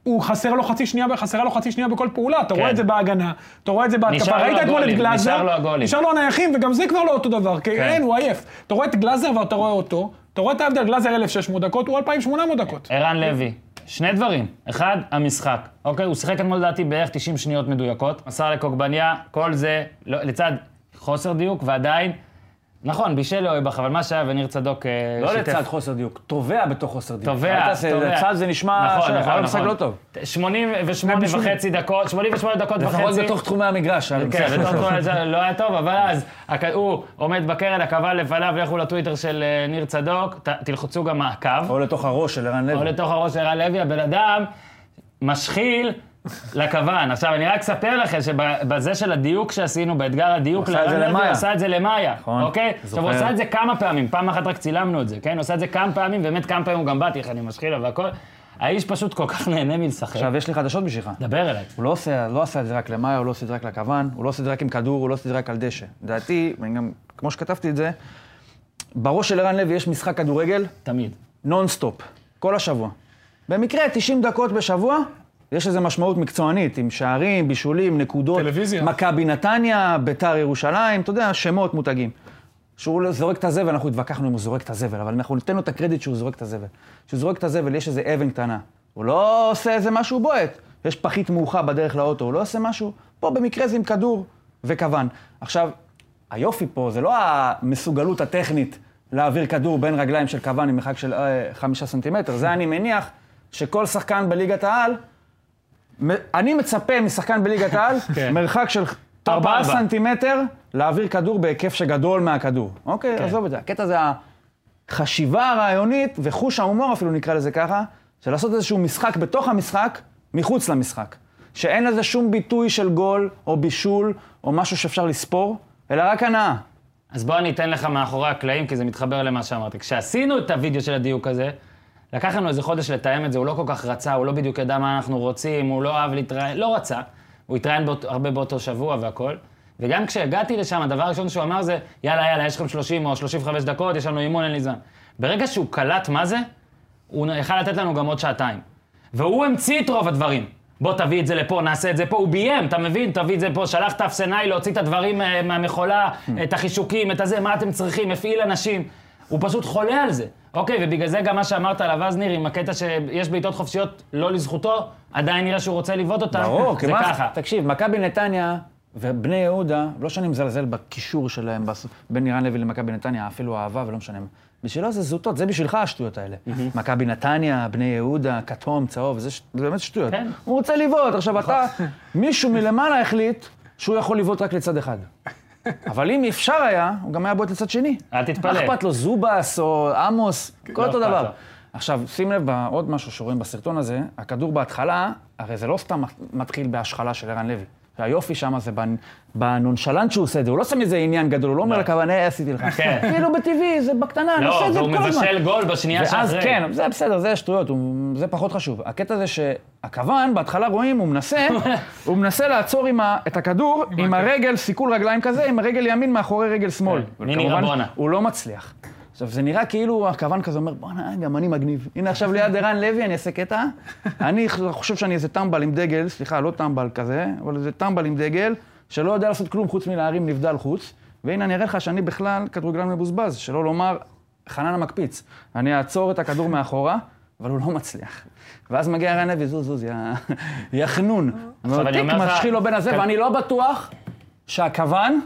הוא חסר לו חצי שנייה, חסרה לו חצי שנייה בכל פעולה, אתה רואה את זה בהגנה, אתה רואה את זה בהתקפה, ראית אתמול את גלאזר, נשאר לו הגולים. נשאר לו הנייחים, וגם זה כבר לא אותו דבר, כי אין, הוא עייף. אתה רואה את גלאזר ואתה רואה אותו, אתה רואה את ההבדל, גלאזר אלף ושש מאות דקות, הוא אלפיים ושמונה מאות דקות. ערן לוי, שני דברים. אחד, המשחק. אוקיי, הוא שיחק אתמול לדעתי בערך תשעים שניות מדויקות. מסר לקוגבניה, כל זה לצד חוסר דיוק, ועדיין, נכון, בישל לאויבך, אבל מה שהיה וניר צדוק לא לצד חוסר דיוק, תובע בתוך חוסר דיוק. תובע, תובע. לצד זה נשמע שהיה משחק לא טוב. שמונים ושמונה וחצי דקות, שמונים ושמונה דקות וחצי. לפחות בתוך תחומי המגרש. כן, בתוך תחומי זה לא היה טוב, אבל אז הוא עומד בקרן, הקבל לפניו, לכו לטוויטר של ניר צדוק, תלחצו גם מעקב. או לתוך הראש של ערן לוי. או לתוך הראש של ערן לוי, הבן אדם משחיל לכוון. עכשיו, אני רק אספר לכם שבזה של הדיוק שעשינו, באתגר הדיוק לערן לוי, הוא עשה את זה למאיה, אוקיי? עכשיו, הוא עשה את זה כמה פעמים, פעם אחת רק צילמנו את זה, כן? הוא עשה את זה כמה פעמים, באמת כמה פעמים הוא גם באתי, איך אני משחיל לו והכל. האיש פשוט כל כך נהנה מלשחק. עכשיו, יש לי חדשות בשבילך. דבר אליי. הוא לא עושה, לא עשה את זה רק למאיה, הוא לא עושה את זה רק לכוון, הוא לא עושה את זה רק עם כדור, הוא לא עושה את זה רק על דשא. לדעתי, וגם כמו שכתבתי את זה, בראש של ערן לוי יש משחק כדורגל. תמיד. נונסטופ. כל השבוע. במקרה, תשעים דקות בשבוע, יש איזו משמעות מקצוענית, עם שערים, בישולים, נקודות. טלוויזיה. מכבי נתניה, ביתר ירושלים, אתה יודע, שמות מותגים. שהוא זורק את הזבל, אנחנו התווכחנו אם הוא זורק את הזבל, אבל אנחנו ניתן לו את הקרדיט שהוא זורק את הזבל. כשהוא זורק את הזבל, יש איזה אבן קטנה. הוא לא עושה איזה משהו בועט. יש פחית מאוחה בדרך לאוטו, הוא לא עושה משהו. פה במקרה זה עם כדור וכוון. עכשיו, היופי פה זה לא המסוגלות הטכנית להעביר כדור בין רגליים של כוון עם מרחק של חמישה סנטימטר. זה אני מניח שכל שחקן בליגת העל, אני מצפה משחקן בליגת העל, מרחק של ארבעה סנטימטר, להעביר כדור בהיקף שגדול מהכדור. אוקיי, עזוב את זה. הקטע זה החשיבה הרעיונית, וחוש ההומור אפילו נקרא לזה ככה, של לעשות איזשהו משחק בתוך המשחק, מחוץ למשחק. שאין לזה שום ביטוי של גול, או בישול, או משהו שאפשר לספור, אלא רק הנאה. אז בוא אני אתן לך מאחורי הקלעים, כי זה מתחבר למה שאמרתי. כשעשינו את הוידאו של הדיוק הזה, לקח לנו איזה חודש לתאם את זה, הוא לא כל כך רצה, הוא לא בדיוק ידע מה אנחנו רוצים, הוא לא אהב להתראיין, לא רצה. הוא התראיין באות, הרבה באותו שבוע והכל. וגם כשהגעתי לשם, הדבר הראשון שהוא אמר זה, יאללה, יאללה, יש לכם שלושים או שלושים וחמש דקות, יש לנו אימון, אין לי זמן. ברגע שהוא קלט מה זה, הוא יכל לתת לנו גם עוד שעתיים. והוא המציא את רוב הדברים. בוא תביא את זה לפה, נעשה את זה פה, הוא ביים, אתה מבין? תביא את זה פה, שלח את האפסנאי, להוציא את הדברים מהמחולה, את החישוקים, את הזה, מה אתם צריכים, הפעיל אנשים. הוא פשוט חולה על זה. אוקיי, ובגלל זה גם מה שאמרת עליו, אז ניר, עם הקטע שיש בעיטות חופשיות לא לזכותו, עדיין נראה שהוא רוצה לבעוט אותה. ברור, זה ככה. תקשיב, מכבי נתניה ובני יהודה, לא שאני מזלזל בקישור שלהם בין ערן לוי למכבי נתניה, אפילו אהבה ולא משנה. בשבילו זה זוטות, זה בשבילך השטויות האלה. מכבי נתניה, בני יהודה, כתום, צהוב, זה באמת שטויות. הוא רוצה לבעוט, עכשיו אתה, מישהו מלמעלה החליט שהוא יכול לבעוט רק לצד אחד. אבל אם אפשר היה, הוא גם היה בועט לצד שני. אל תתפלא. אכפת לו זובס או עמוס, כל אותו דבר. עכשיו, שים לב, עוד משהו שרואים בסרטון הזה, הכדור בהתחלה, הרי זה לא סתם מתחיל בהשחלה של ערן לוי. והיופי שם זה בנונשלנט שהוא עושה את זה, הוא לא שם איזה עניין גדול, הוא לא אומר לכוונה, עשיתי לך. כאילו בטבעי, זה בקטנה, אני עושה את זה כל הזמן. לא, והוא מבשל גול בשנייה שאחרי. ואז כן, זה בסדר, זה שטויות, זה פחות חשוב. הקטע זה שהכוון, בהתחלה רואים, הוא מנסה, הוא מנסה לעצור את הכדור עם הרגל, סיכול רגליים כזה, עם הרגל ימין מאחורי רגל שמאל. מיני רבונה. הוא לא מצליח. עכשיו, זה נראה כאילו הכוון כזה אומר, בוא'נה, גם אני מגניב. הנה עכשיו ליד ערן לוי, אני אעשה קטע. אני חושב שאני איזה טמבל עם דגל, סליחה, לא טמבל כזה, אבל איזה טמבל עם דגל, שלא יודע לעשות כלום חוץ מלהרים נבדל חוץ. והנה אני אראה לך שאני בכלל כדורגלן מבוזבז, שלא לומר, חנן המקפיץ. אני אעצור את הכדור מאחורה, אבל הוא לא מצליח. ואז מגיע ערן לוי, זוז, זוז, יא חנון. תיק משחיל לו בין הזה, ואני לא בטוח שהכוון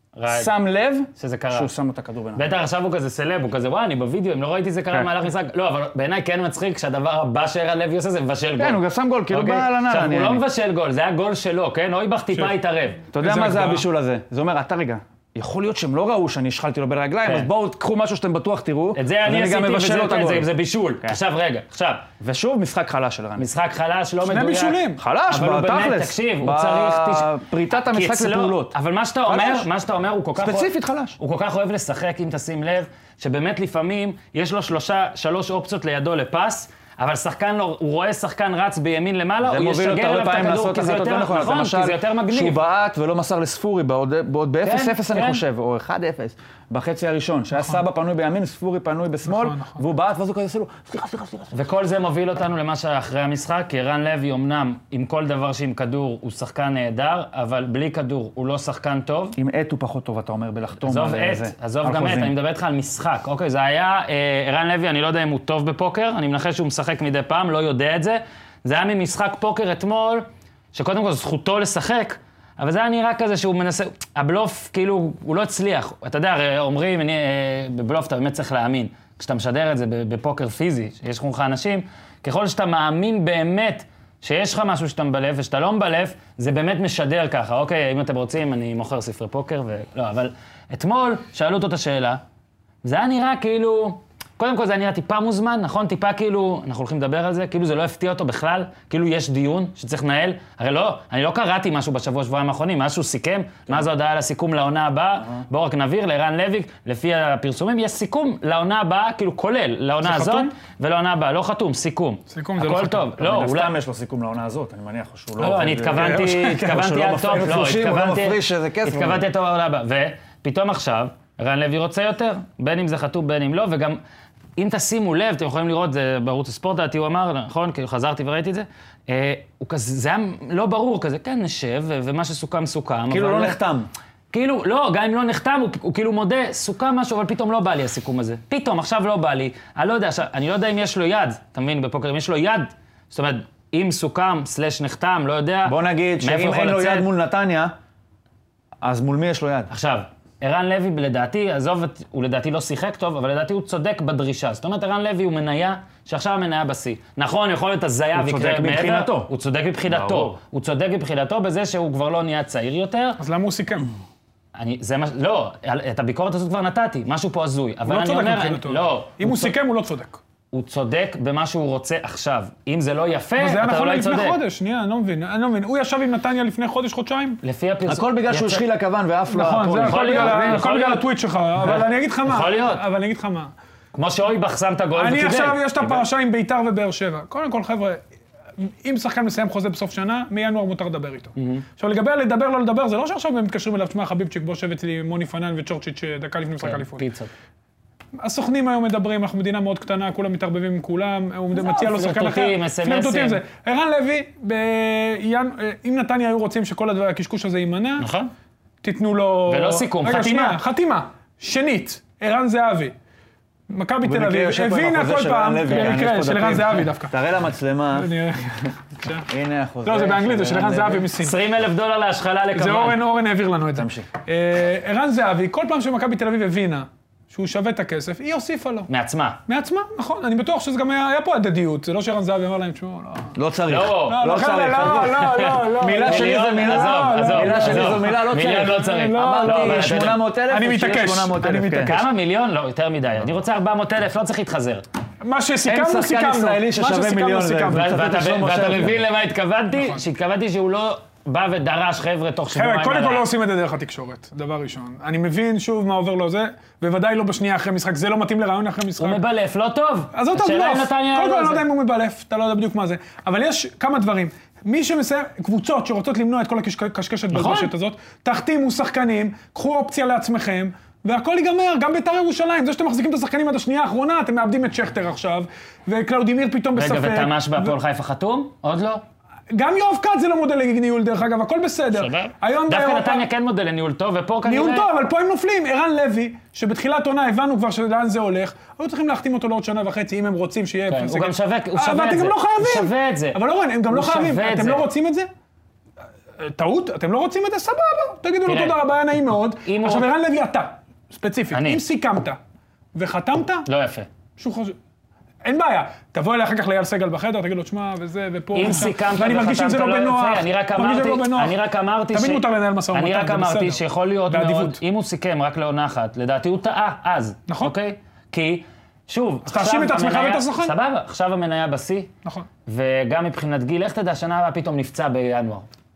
שם לב שהוא שם לו את הכדור בין. בטח עכשיו הוא כזה סלב, הוא כזה, וואי, אני בווידאו, אם לא ראיתי זה קרה מהלך משחק. לא, אבל בעיניי כן מצחיק שהדבר הבא שערן לוי עושה זה מבשל גול. כן, הוא גם שם גול, כאילו בא על הנעל. עכשיו, הוא לא מבשל גול, זה היה גול שלו, כן? אויבך טיפה התערב. אתה יודע מה זה הבישול הזה? זה אומר, אתה רגע, יכול להיות שהם לא ראו שאני השחלתי לו בין הרגליים, אז בואו תקחו משהו שאתם בטוח תראו. את זה אני עשיתי, וזה בישול. עכשיו, רגע, עכשיו. ושוב, משחק חלש של רן. משחק חלש, לא מדויק. שני בישולים. חלש, בתכלס. תקשיב, הוא צריך... בפריטת המשחק לפעולות. אבל מה שאתה אומר, מה שאתה אומר, הוא כל כך... ספציפית חלש. הוא כל כך אוהב לשחק, אם תשים לב, שבאמת לפעמים יש לו שלוש אופציות לידו לפס, אבל שחקן לא, הוא רואה שחקן רץ בימין למעלה, הוא ישגר אליו את הכדור, כי זה יותר נכון, כי זה יותר מגניב. שהוא בעט ולא מסר לספורי, בעוד ב-אפס אפס אני חושב, או אחד אפס, בחצי הראשון, שהיה סבא פנוי בימין, ספורי פנוי בשמאל, והוא בעט, ואז הוא כזה עושה לו, סליחה, סליחה, סליחה. וכל זה מוביל אותנו למה שאחרי המשחק, כי ערן לוי אמנם, עם כל דבר שעם כדור, הוא שחקן נהדר, אבל בלי כדור הוא לא שחקן טוב. עם עת הוא פחות טוב, אתה אומר, בלחתום עזוב עת, עזוב גם עת, אני מדבר איתך על משחק. אוקיי, זה היה, ערן לוי, אני לא יודע אם הוא טוב בפוקר, אני מנחש שהוא משחק מדי פעם, לא יודע את זה. זה היה ממשחק פוקר אתמול, שקודם כל זכותו לשחק, אבל זה היה נראה כזה שהוא מנסה, הבלוף כאילו, הוא לא הצליח. אתה יודע, הרי אומרים, אני, בבלוף אתה באמת צריך להאמין. כשאתה משדר את זה בפוקר פיזי, שיש לך אנשים, ככל שאתה מאמין באמת שיש לך משהו שאתה מבלף ושאתה לא מבלף, זה באמת משדר ככה. אוקיי, אם אתם רוצים, אני מוכר ספרי פוקר ולא, אבל אתמול שאלו אותו את השאלה, זה היה נראה כאילו, קודם כל זה היה נראה טיפה מוזמן, נכון? טיפה כאילו, אנחנו הולכים לדבר על זה, כאילו זה לא הפתיע אותו בכלל, כאילו יש דיון שצריך לנהל, הרי לא, אני לא קראתי משהו בשבוע, שבועיים האחרונים, משהו סיכם, מה זה הודעה לסיכום לעונה הבאה, בואו רק נבהיר לערן לוי, לפי הפרסומים, יש סיכום לעונה הבאה, כאילו כולל, לעונה הזאת, ולעונה הבאה, לא חתום, סיכום. סיכום זה לא חתום. הכל טוב, לא, אולי... אולי... סתם יש לו סיכום לעונה הזאת, אני מניח שהוא לא... לא, אני התכוונתי, התכוונתי עד טוב, לא, התכוונתי עד טוב לעונה הבאה, ופתאום עכשיו, ערן לוי רוצה יותר, בין אם זה חתום, בין אם לא, וגם אם תשימו לב, אתם יכולים לראות, זה בערוץ הספורט, דעתי הוא אמר, נכון, כאילו חזרתי וראיתי את זה, אה, הוא כזה, זה היה לא ברור כזה, כן, נשב, ומה שסוכם סוכם. כאילו אבל... לא נחתם. כאילו, לא, גם אם לא נחתם, הוא, הוא כאילו מודה, סוכם משהו, אבל פתאום לא בא לי הסיכום הזה. פתאום, עכשיו לא בא לי. אני לא יודע, עכשיו, אני לא יודע אם יש לו יד, אתה מבין, בפוקר, אם יש לו יד, זאת אומרת, אם סוכם, סלש נחתם, לא יודע. בוא נגיד שאם אין לו יד מול נתניה, אז מול מי יש לו יד? עכשיו, ערן לוי, לדעתי, עזוב, הוא לדעתי לא שיחק טוב, אבל לדעתי הוא צודק בדרישה. זאת אומרת, ערן לוי הוא מניה, שעכשיו המניה בשיא. נכון, יכול להיות הזיה ויקרה מעבר. הוא צודק מבחינתו. הוא צודק מבחינתו בזה שהוא כבר לא נהיה צעיר יותר. אז למה הוא סיכם? אני, זה מה, לא, את הביקורת הזאת כבר נתתי, משהו פה הזוי. הוא לא צודק מבחינתו. לא. אם הוא סיכם, הוא לא צודק. הוא צודק במה שהוא רוצה עכשיו. אם זה לא יפה, אתה אולי צודק. אבל זה היה נכון לפני צודק. חודש, שנייה, אני לא מבין. אני לא מבין. הוא ישב עם נתניה לפני חודש, חודשיים? לפי הפרסום. הכל בגלל שהוא השחיל לכוון ואף לא... נכון, זה הכל בגלל הטוויט שלך, אבל אני אגיד לך מה. יכול להיות. אבל אני אגיד לך מה. כמו שאויבך שם את הגול וקיבל. אני עכשיו, יש את הפרשה עם ביתר ובאר שבע. קודם כל, חבר'ה, אם שחקן מסיים חוזה בסוף שנה, מינואר מותר לדבר איתו. עכשיו, לגבי לדבר, לא לדבר, זה לא שעכשיו הם מתקשרים אליו, תשמע, חביבצ'יק, בוא שב אצלי מוני פנן וצ'ורצ'יץ' דקה לפני משחק אליפות. פיצות. הסוכנים היום מדברים, אנחנו מדינה מאוד קטנה, כולם מתערבבים עם כולם, הוא מציע לו שחקן אחר. פלרטוטים, אס-אם-אסים. ערן לוי, אם נתניה היו רוצים שכל הקשקוש הזה יימנע, נכון. תיתנו לו... ולא סיכום, רגע, חתימה. שנייה, חתימה. שנית, ערן זהבי. מכבי תל אביב, הבינה כל פעם, במקרה של ערן זהבי דווקא. תראה למצלמה. הנה החוזה. לא, זה באנגלית, זה של ערן זהבי מסין. עשרים אלף דולר להשחלה לכוון. זה אורן, אורן העביר לנו את זה. תמשיך. ערן זהבי, כל פעם שמכבי תל אביב הבינה שהוא שווה את הכסף, היא הוסיפה לו. מעצמה. מעצמה, נכון. אני בטוח שזה גם היה פה הדדיות. זה לא שערן זהבי אמר להם, תשמעו, לא. לא צריך. לא, לא צריך. לא, לא, לא. מילה שלי זה מילה. עזוב, עזוב. מילה שלי זו מילה, לא צריך. מיליון לא צריך. אמרתי שמונה מאות אלף, אני מתעקש. אני מתעקש. כמה מיליון? לא, יותר מדי. אני רוצה ארבע מאות אלף, לא צריך להתחזר. מה שסיכמנו, אין שחקן סיכמנו. ישראלי ששווה מיליון. ואתה מבין למה התכוונתי? שהתכוונתי שהוא לא בא ודרש חבר'ה תוך שבועיים. חבר'ה, קודם כל לא עושים את זה דרך התקשורת, דבר ראשון. אני מבין שוב מה עובר לו זה, בוודאי לא בשנייה אחרי משחק, זה לא מתאים לרעיון אחרי משחק. הוא מבלף, לא טוב. אז אותו בלוף. קודם כל אני לא יודע אם הוא מבלף, אתה לא יודע בדיוק מה זה. אבל יש כמה דברים. מי שמסיים, קבוצות שרוצות למנוע את כל הקשקשת בלבשת הזאת, תחתימו שחקנים, קחו אופציה לעצמכם, והכל ייגמר, גם בית"ר ירושלים. זה שאתם מחזיקים את השחקנים עד השנייה האחרונה, אתם מאבדים את שכטר עכשיו, וקלאודימיר פתאום בספק. רגע, ותמ"ש בהפועל חיפה חתום? עוד לא? גם יואב כץ זה לא מודל לניהול, דרך אגב, הכל בסדר. דווקא נתניה כן מודל לניהול טוב, ופה כנראה... ניהול טוב, אבל פה הם נופלים. ערן לוי, שבתחילת עונה הבנו כבר שלאן זה הולך, היו צריכים להחתים אותו לעוד שנה וחצי, אם הם רוצים שיהיה... הוא גם שווה את זה. אבל אתם גם לא חייבים. הוא שווה את זה. אבל לא רואים, הם גם לא חייבים. אתם לא רוצים את זה? טעות? אתם לא רוצים את זה? סבבה. תגידו לו תודה רבה, היה נעים מאוד. עכשיו, ערן לוי, אתה, ספציפית, אם סיכמת וחתמת... לא יפה. אין בעיה, תבוא אליי אחר כך לאייל סגל בחדר, תגיד לו, תשמע, וזה, ופה, אם סיכמת וחתמת לא יפה, אני רק אמרתי, אני רק אמרתי, תמיד מותר לנהל משא ומתן, אני רק אמרתי שיכול להיות מאוד, אם הוא סיכם רק לעונה אחת, לדעתי הוא טעה אז, נכון? אוקיי? כי, שוב, אז תאשים את עצמך ואת הסוכן. סבבה, עכשיו המניה בשיא, נכון. וגם מבחינת גיל, איך תדע, שנה הבאה פתאום נפצע בינואר.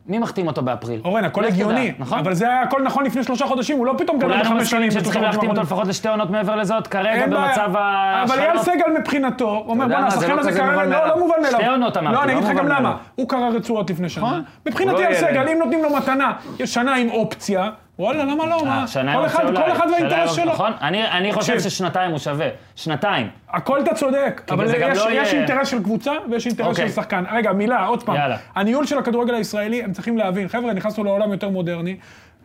מי מחתים אותו באפריל? אורן, הכל הגיוני, אבל זה היה הכל נכון לפני שלושה חודשים, הוא לא פתאום גדל בחמש שנים. שצריכים להחתים אותו לפחות לשתי עונות מעבר לזאת, כרגע במצב ה... אבל אייל סגל מבחינתו, אומר בוא'נה, השחקן הזה קרא, לא מובן מאליו. שתי עונות אמרתי. לא, אני אגיד לך גם למה. הוא קרא רצועות לפני שנה. מבחינת אייל סגל, אם נותנים לו מתנה, שנה עם אופציה, וואלה, למה לא? כל אחד והאינטרס שלו. נכון, אני חושב ששנתיים הוא שווה. שנתיים. הכל אתה צודק, אבל יש אינטרס של קבוצה ויש אינטרס של שחקן. רגע, מילה, עוד פעם. הניהול של הכדורגל הישראלי, הם צריכים להבין, חבר'ה, נכנסנו לעולם יותר מודרני.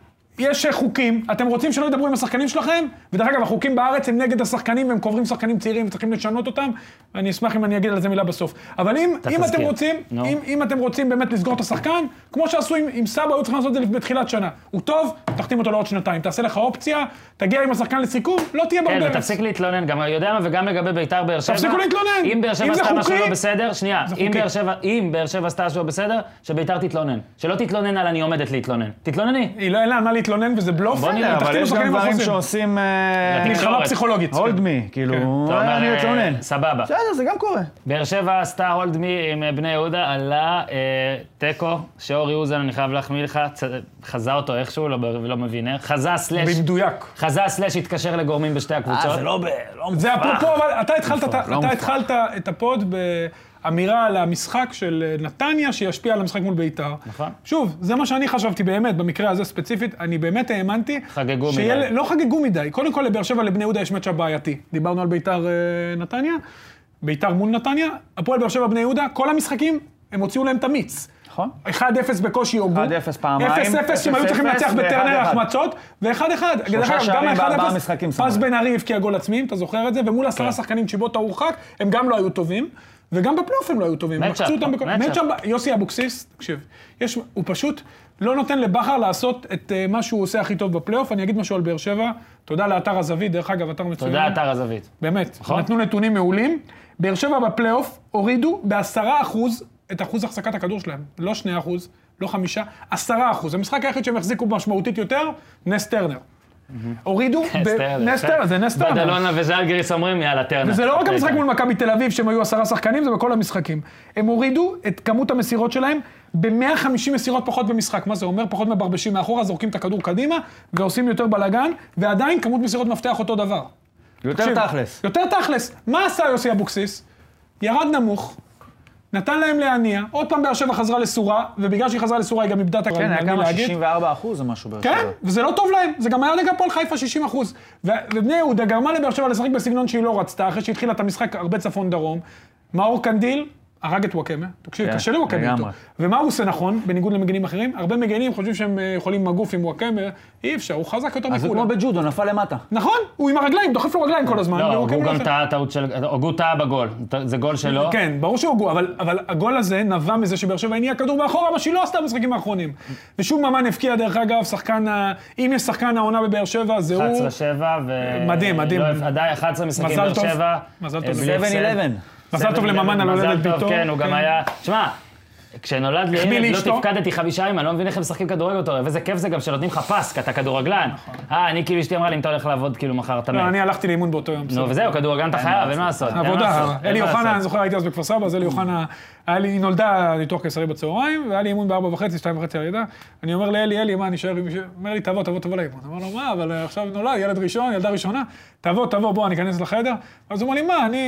יש חוקים, אתם רוצים שלא ידברו עם השחקנים שלכם? ודרך אגב, החוקים בארץ הם נגד השחקנים, והם קוברים שחקנים צעירים וצריכים לשנות אותם. אני אשמח אם אני אגיד על זה מילה בסוף. אבל אם, אם אתם רוצים, no. אם, אם אתם רוצים באמת לסגור את השחקן, כמו שעשו עם, עם סבא, היו צריכים לעשות את זה בתחילת שנה. הוא טוב, תחתים אותו לעוד שנתיים. תעשה לך אופציה, תגיע עם השחקן לסיכום, לא תהיה ברדרס. כן, ותפסיק להתלונן, גם יודע מה, וגם לגבי בית"ר באר שבע. תפסיקו להתלונן. אם באר שבע עשתה משהו לא בסדר, שנייה, אם באר שבע, אם באר שבע עשתה משהו בסדר, שבית"ר תתלונן. שלא תתלונן על אני עומדת להתלונן. תתלונני. היא לא אין לה מה להתלונן וזה בלוף. אבל יש גם דברים שעושים... מלחמה פסיכולוגית. הולד מי, כאילו... אני מתלונן. סבבה. בסדר, זה גם קורה. באר שבע עשתה הולד מי עם בני יהודה, עלה טקו, שאורי אוזן, אני חייב להחמיא לך, חזה אותו איכשהו, לא מבין איך. חזה סלש... במדויק. חזה סלש התקשר לגורמים בשתי הקבוצות. אה, זה לא מופך. זה אפרופו, אבל אתה התחלת את הפוד ב... אמירה על המשחק של נתניה שישפיע על המשחק מול בית"ר. נכון. שוב, זה מה שאני חשבתי באמת, במקרה הזה ספציפית, אני באמת האמנתי... חגגו מדי. לא חגגו מדי. קודם כל לבאר שבע לבני יהודה יש מצ'אפ בעייתי. דיברנו על בית"ר נתניה, בית"ר מול נתניה, הפועל באר שבע בני יהודה, כל המשחקים הם הוציאו להם את המיץ. נכון. אחד אפס בקושי הוגו. אחד אפס פעמיים. אפס אפס שהם היו צריכים לנצח בטרנר החמצות, ואחד אחד. שלושה שערים בארבעה משחקים. פס בן ארי הבקיע גול עצמי, אתה זוכר את זה? ומול עשרה שחקנים צ'יבוטה הורחק, הם גם לא היו טובים. וגם בפלייאוף הם לא היו טובים. מצ'אפ, מצ'אפ. יוסי אבוקסיס, תקשיב, יש, הוא פשוט לא נותן לבחר לעשות את uh, מה שהוא עושה הכי טוב בפלייאוף. אני אגיד משהו על באר שבע, תודה לאתר הזווית, דרך אגב, אתר מצוין. תודה אתר הזווית. באמת, נכון? נתנו נתונים מעולים. באר שבע בפלייאוף הורידו בעשרה אחוז את אחוז החזקת הכדור שלהם. לא שני אחוז, לא חמישה, עשרה אחוז. המשחק היחיד שהם החזיקו משמעותית יותר, נס טרנר. הורידו, נס טרנר, זה נס טרנר. בדלונה וז'לגיריס אומרים, יאללה, טרנר. וזה לא רק המשחק מול מכבי תל אביב, שהם היו עשרה שחקנים, זה בכל המשחקים. הם הורידו את כמות המסירות שלהם ב-מאה וחמישים מסירות פחות במשחק. מה זה אומר? פחות מברבשים מאחורה, זורקים את הכדור קדימה, ועושים יותר בלגן, ועדיין כמות מסירות מפתח אותו דבר. יותר תכלס. יותר תכלס. מה עשה יוסי אבוקסיס? ירד נמוך. נתן להם להניע, עוד פעם באר שבע חזרה לסורה, ובגלל שהיא חזרה לסורה היא גם איבדה את הכדור. כן, היה כמה שישים וארבעה אחוז או משהו באר שבע. כן, וזה לא טוב להם, זה גם היה לגבי הפועל חיפה שישים אחוז. ובני יהודה גרמה לבאר שבע לשחק בסגנון שהיא לא רצתה, אחרי שהתחילה את המשחק הרבה צפון דרום. מאור קנדיל הרג את וואקמה, תקשיב, קשה לוואקמה איתו. ומה הוא עושה נכון, בניגוד למגנים אחרים? הרבה מגנים חושבים שהם יכולים מגוף עם וואקמה, אי אפשר, הוא חזק יותר מכולם. אז זה כמו בג'ודו, נפל למטה. נכון, הוא עם הרגליים, דוחף לו רגליים כל הזמן. לא, הוא גם טעה טעות של... הוא טעה בגול, זה גול שלו. כן, ברור שהוא גול, אבל הגול הזה נבע מזה שבאר שבע הניע כדור מאחורה, מה שהיא לא עשתה במשחקים האחרונים. ושוב ממן הבקיע, דרך אגב, שחקן, אם יש שחקן העונה בבאר שבע, זה הוא... אחת עשרה שבע ו... מדהים, מדהים. עדיין אחת עשרה משחקים באר שבע. מזל טוב. שבע אחת עשרה. מזל טוב לממן על הולדת ביתו. מזל טוב, כן, הוא גם היה... תשמע, כשנולד לי ילד לא תפקדתי חמישה ימים, אני לא מבין איך הם משחקים כדורגל אותו, ואיזה כיף זה גם שנותנים לך פס, כי אתה כדורגלן. אה, אני כאילו אשתי אמרה לי אם אתה הולך לעבוד כאילו מחר אתה מת. לא, אני הלכתי לאימון באותו יום. נו, וזהו, כדורגלן אתה חייב, אין מה לעשות. עבודה, אלי אוחנה, אני זוכר, הייתי אז בכפר סבא, אז אלי אוחנה, היא נולדה ניתוח קיסרי בצהריים, והיה לי אימון בארבע וחצי, שתיים וחצי על ידה. אני אומר לאלי, אלי, מה, אני אשאר עם מישהו? אומר לי, תבוא, תבוא, תבוא לאימון. אמר לו, מה, אבל עכשיו נולד, ילד ראשון, ילדה ראשונה, תבוא, תבוא, בוא, אני אכנס לחדר. אז הוא אומר לי, מה, אני...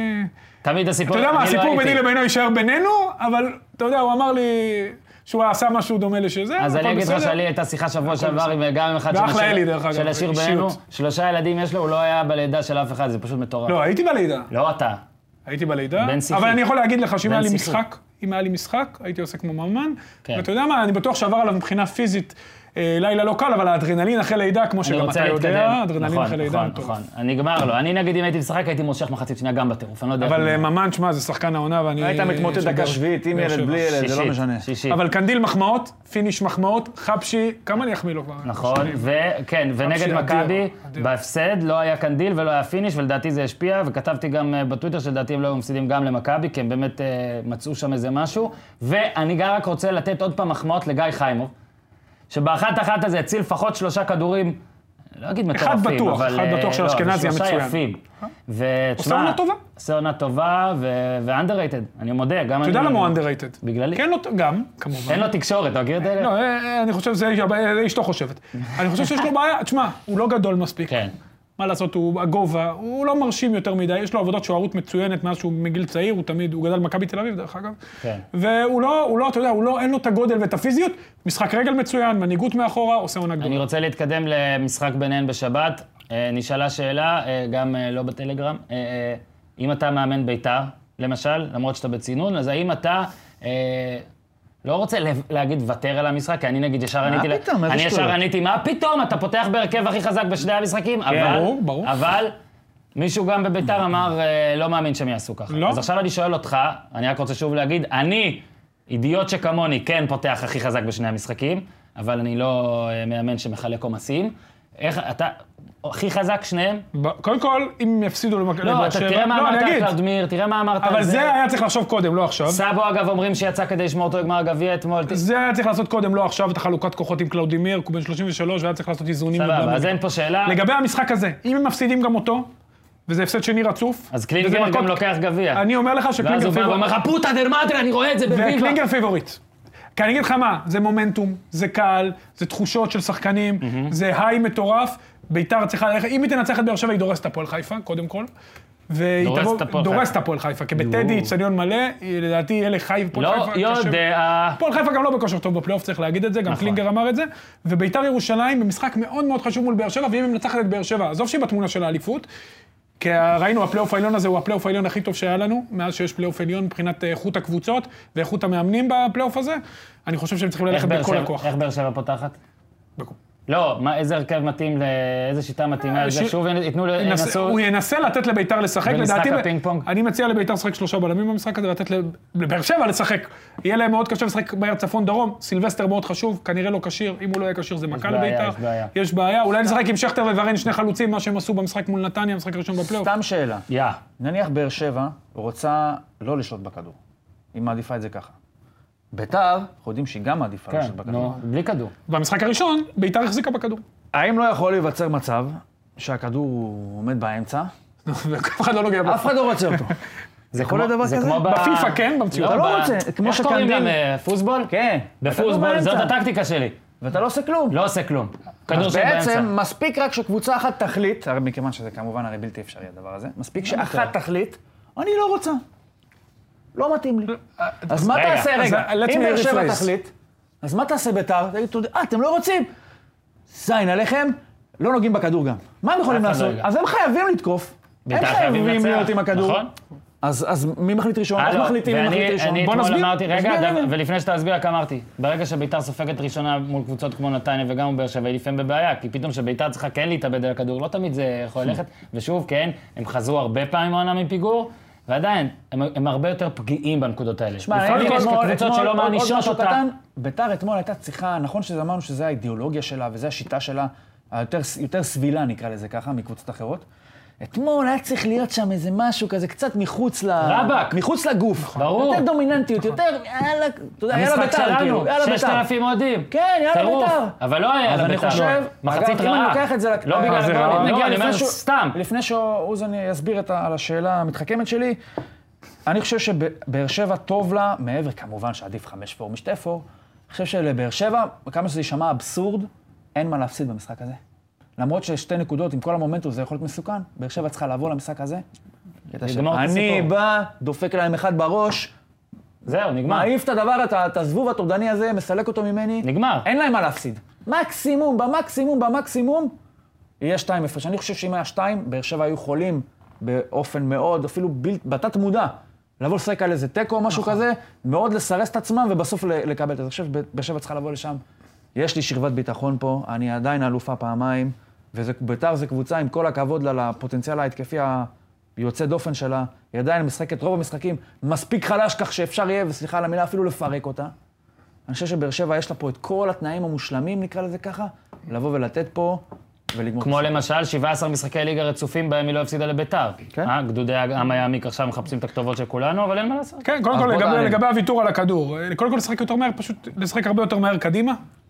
תמיד הסיפור, אתה יודע מה, הסיפור ביני לבינו יישאר בינינו, אבל אתה יודע, הוא אמר לי שהוא עשה משהו דומה לשזה. אז אני אגיד לך שלי הייתה שיחה שבוע שעבר עם גם עם אחד של השיר בינינו, שלושה ילדים יש לו, הוא לא היה בלידה של אף אחד, זה פשוט מטורף. לא, הייתי בלידה. לא אתה. הייתי בלידה, אבל אני יכול להגיד לך שאם היה לי משחק, אם היה לי משחק, הייתי עושה כמו ממן, ואתה יודע מה, אני בטוח שעבר עליו מבחינה פיזית, לילה לא קל, אבל האדרנלין אחרי לידה, כמו שגם אתה יודע, האדרנלין אחרי לידה. נכון, נכון, אני גמר לו. אני נגיד אם הייתי משחק, הייתי מושך מחצית שנייה גם בטירוף, אני לא יודע. אבל ממן, שמה, זה שחקן העונה, ואני... היית מתמוטט דקה שביעית, עם ילד, בלי ילד, זה לא משנה. אבל קנדיל מחמאות, פיניש מחמאות, חפשי, כמה אני אחמיא לו כבר? נכון, וכן, ונגד מכבי, בהפסד לא היה קנדיל ולא היה פיניש, ולדעתי זה השפיע, וכתבתי גם בטוויטר שלדעתי הם לא היו מפסידים גם למכבי, כי הם באמת מצאו שם איזה משהו, ואני גם רק רוצה לתת עוד פעם מחמאות לגיא חיימוב, שבאחת אחת הזה הציל לפחות שלושה כדורים לא אגיד מטורפים, אחד בטוח, אבל... אחד בטוח של אשכנזי המצוין. שלושה יפים. ותשמע... עושה עונה טובה. עושה עונה טובה ו-underrated, אני מודה. אתה יודע למה הוא underrated? בגללי? כן, גם, כמובן. אין לו תקשורת, אתה מכיר את אלה? לא, אני חושב שזה אשתו חושבת. אני חושב שיש לו בעיה, תשמע, הוא לא גדול מספיק. כן. מה לעשות, הוא הגובה, הוא לא מרשים יותר מדי, יש לו עבודת שוערות מצוינת מאז שהוא מגיל צעיר, הוא תמיד, הוא גדל במכבי תל אביב, דרך אגב. כן. והוא לא, הוא לא, אתה יודע, הוא לא, אין לו את הגודל ואת הפיזיות, משחק רגל מצוין, מנהיגות מאחורה, עושה עונה גדולה. אני רוצה להתקדם למשחק ביניהן בשבת. נשאלה שאלה, גם לא בטלגרם, אם אתה מאמן בית"ר, למשל, למרות שאתה בצינון, אז האם אתה... לא רוצה להגיד ותר על המשחק, כי אני נגיד ישר עניתי... מה פתאום? אני ישר עניתי, מה פתאום? אתה פותח בהרכב הכי חזק בשני המשחקים? ברור, ברור. אבל מישהו גם בבית"ר אמר, לא מאמין שהם יעשו ככה. לא. אז עכשיו אני שואל אותך, אני רק רוצה שוב להגיד, אני, אידיוט שכמוני, כן פותח הכי חזק בשני המשחקים, אבל אני לא מאמן שמחלק עומסים. איך, אתה... הכי חזק שניהם? קודם כל, אם יפסידו לבאר שבע... לא, אתה תראה מה אמרת על קלאודמיר, תראה מה אמרת על זה. אבל זה היה צריך לחשוב קודם, לא עכשיו. סאבו אגב אומרים שיצא כדי לשמור אותו לגמר הגביע אתמול. זה היה צריך לעשות קודם, לא עכשיו, את החלוקת כוחות עם קלאודמיר, הוא בן שלושים ושלוש, והיה צריך לעשות איזונים. סבבה, אז אין פה שאלה. לגבי המשחק הזה, אם הם מפסידים גם אותו, וזה הפסד שני רצוף. אז קלינגר גם לוקח גביע. אני אומר לך שקלינגר פיבוריט. ואז הוא אומר לך, פוטה דר מאדרה, אני רואה את זה בביבה. וקלינגר פיבוריט. כי אני אגיד לך מה, זה מומנטום, זה קהל, זה תחושות של שחקנים, זה היי מטורף. בית"ר צריכה ללכת, אם היא תנצח את באר שבע, היא דורסת את הפועל חיפה, קודם כל. דורסת את הפועל חיפה, כי בטדי, צניון מלא, לדעתי יהיה לחי בפועל חיפה. לא יודע. הפועל חיפה גם לא בכושר טוב בפלייאוף, צריך להגיד את זה, גם קלינגר אמר את זה. ובית"ר ירושלים במשחק מאוד מאוד חשוב מול באר שבע, ואם היא מנצחת את באר שבע, עזוב שהיא בתמונה של האליפות, כי ראינו, הפלייאוף העליון הזה הוא הפלייאוף העליון הכי טוב שהיה לנו, מאז שיש פלייאוף עליון מבחינת איכות הקבוצות ואיכות המאמנים בפלייאוף הזה. אני חושב שהם צריכים ללכת בכל הכוח. איך באר שבע פותחת? לא, איזה הרכב מתאים, איזה שיטה מתאימה, זה שוב ייתנו, ינסו... הוא ינסה לתת לבית"ר לשחק, במשחק הפינג פונג. אני מציע לבית"ר לשחק שלושה בלמים במשחק הזה, לתת לבאר שבע לשחק. יהיה להם מאוד קשה לשחק בעיר צפון דרום, סילבסטר מאוד חשוב, כנראה לא כשיר, אם הוא לא יהיה כשיר זה מכה לבית"ר. יש בעיה. יש בעיה, אולי נשחק עם שכטר וורן שני חלוצים, מה שהם עשו במשחק מול נתניה, המשחק הראשון בפלייאוף. סתם שאלה. יא. נניח באר שבע רוצה לא לשלוט בכדור. היא מעדיפה את זה ככה. בית"ר, אנחנו יודעים שהיא גם מעדיפה כן, לשלוט בכדור. נו, בלי כדור. במשחק הראשון, בית"ר החזיקה בכדור. האם לא יכול להיווצר מצב שהכדור עומד באמצע? ואף אחד לא נוגע בו. אף אחד לא רוצה אותו. זה יכול להיות דבר כזה? בפיפה כן, במציאות. אתה לא רוצה, כמו איך קוראים שקנדיל... להם? פוסבול? כן. בפוסבול, זאת הטקטיקה שלי. ואתה לא עושה כלום. לא עושה כלום. כדור אז שבאמצע. בעצם מספיק רק שקבוצה אחת תחליט, הרי מכיוון שזה כמובן הרי בלתי אפשרי הדבר הזה, מספיק שאחת תחליט, אני לא רוצה. לא מתאים לי. אז מה תעשה רגע? אם באר שבע תחליט, אז מה תעשה בית"ר? תגיד, אה, אתם לא רוצים? זין עליכם, לא נוגעים בכדור גם. מה הם יכולים לעשות? אז הם חייבים לתקוף. הם חייבים להיות עם הכדור. נכון. אז מי מחליט ראשון? איך מחליטים מי מחליט ראשון? אני אתמול אמרתי, רגע, ולפני שתסביר, רק אמרתי, ברגע שבית"ר סופגת ראשונה מול קבוצות כמו נתניה וגם מול באר שבע, היא לפעמים בבעיה, כי פתאום שבית"ר צריכה כן להתאבד על הכדור, לא תמיד זה יכול ללכת, ושוב, כן, הם חזרו הרבה פעמים העונה מפיגור, ועדיין, הם הרבה יותר פגיעים בנקודות האלה. לפעמים יש קבוצות שלא מענישות אותה. בית"ר אתמול הייתה צריכה, נכון שאמרנו שזו האידיאולוגיה שלה וזו השיטה שלה, היותר סבילה נקרא לזה ככה, מקבוצות אחרות. אתמול היה צריך להיות שם איזה משהו כזה, קצת מחוץ ל... רבק. מחוץ לגוף. ברור. יותר דומיננטיות, יותר, יאללה, אתה יודע, יאללה בית"ר, כאילו, יאללה בית"ר. ששת אלפים אוהדים. כן, יאללה בית"ר. אבל לא היה יאללה בית"ר. אז אני חושב, מחצית רעה. אם אני לוקח את זה... לא בגלל זה רעה. נגיע, אני אומר סתם. לפני שאוזן יסביר על השאלה המתחכמת שלי, אני חושב שבאר שבע טוב לה, מעבר כמובן שעדיף חמש פור משתי פור, אני חושב שלבאר שבע, כמה שזה יישמע אבסורד, אין מה להפסיד במשחק הזה. למרות ששתי נקודות, עם כל המומנטום, זה יכול להיות מסוכן. באר שבע צריכה לעבור למשחק הזה. אני בא, דופק להם אחד בראש. זהו, נגמר. מעיף את הדבר, את הזבוב התורדני הזה, מסלק אותו ממני. נגמר. אין להם מה להפסיד. מקסימום, במקסימום, במקסימום, יהיה שתיים הפרש. אני חושב שאם היה שתיים, באר שבע היו חולים באופן מאוד, אפילו בתת מודע. לבוא לשחק על איזה טקו או משהו כזה, מאוד לסרס את עצמם ובסוף לקבל את זה. אני חושב שבאר שבע צריכה לבוא לשם. יש לי שכבת ביטחון פה, אני עדיין אלופה פעמיים, ובית"ר זה קבוצה עם כל הכבוד לה, לפוטנציאל ההתקפי היוצא דופן שלה, היא עדיין משחקת רוב המשחקים, מספיק חלש כך שאפשר יהיה, וסליחה על המילה, אפילו לפרק אותה. אני חושב שבאר שבע יש לה פה את כל התנאים המושלמים, נקרא לזה ככה, לבוא ולתת פה ולגמור. כמו למשל, שבעה עשר משחקי ליגה רצופים בהם היא לא הפסידה לבית"ר. כן. אה, גדודי העם היעמיק עכשיו מחפשים את הכתובות של כולנו, אבל אין מה לעשות. כן, קודם כל לגבי הוויתור על הכדור, קודם כל לשחק יותר מהר, פשוט לשחק הרבה יותר מהר קדימה.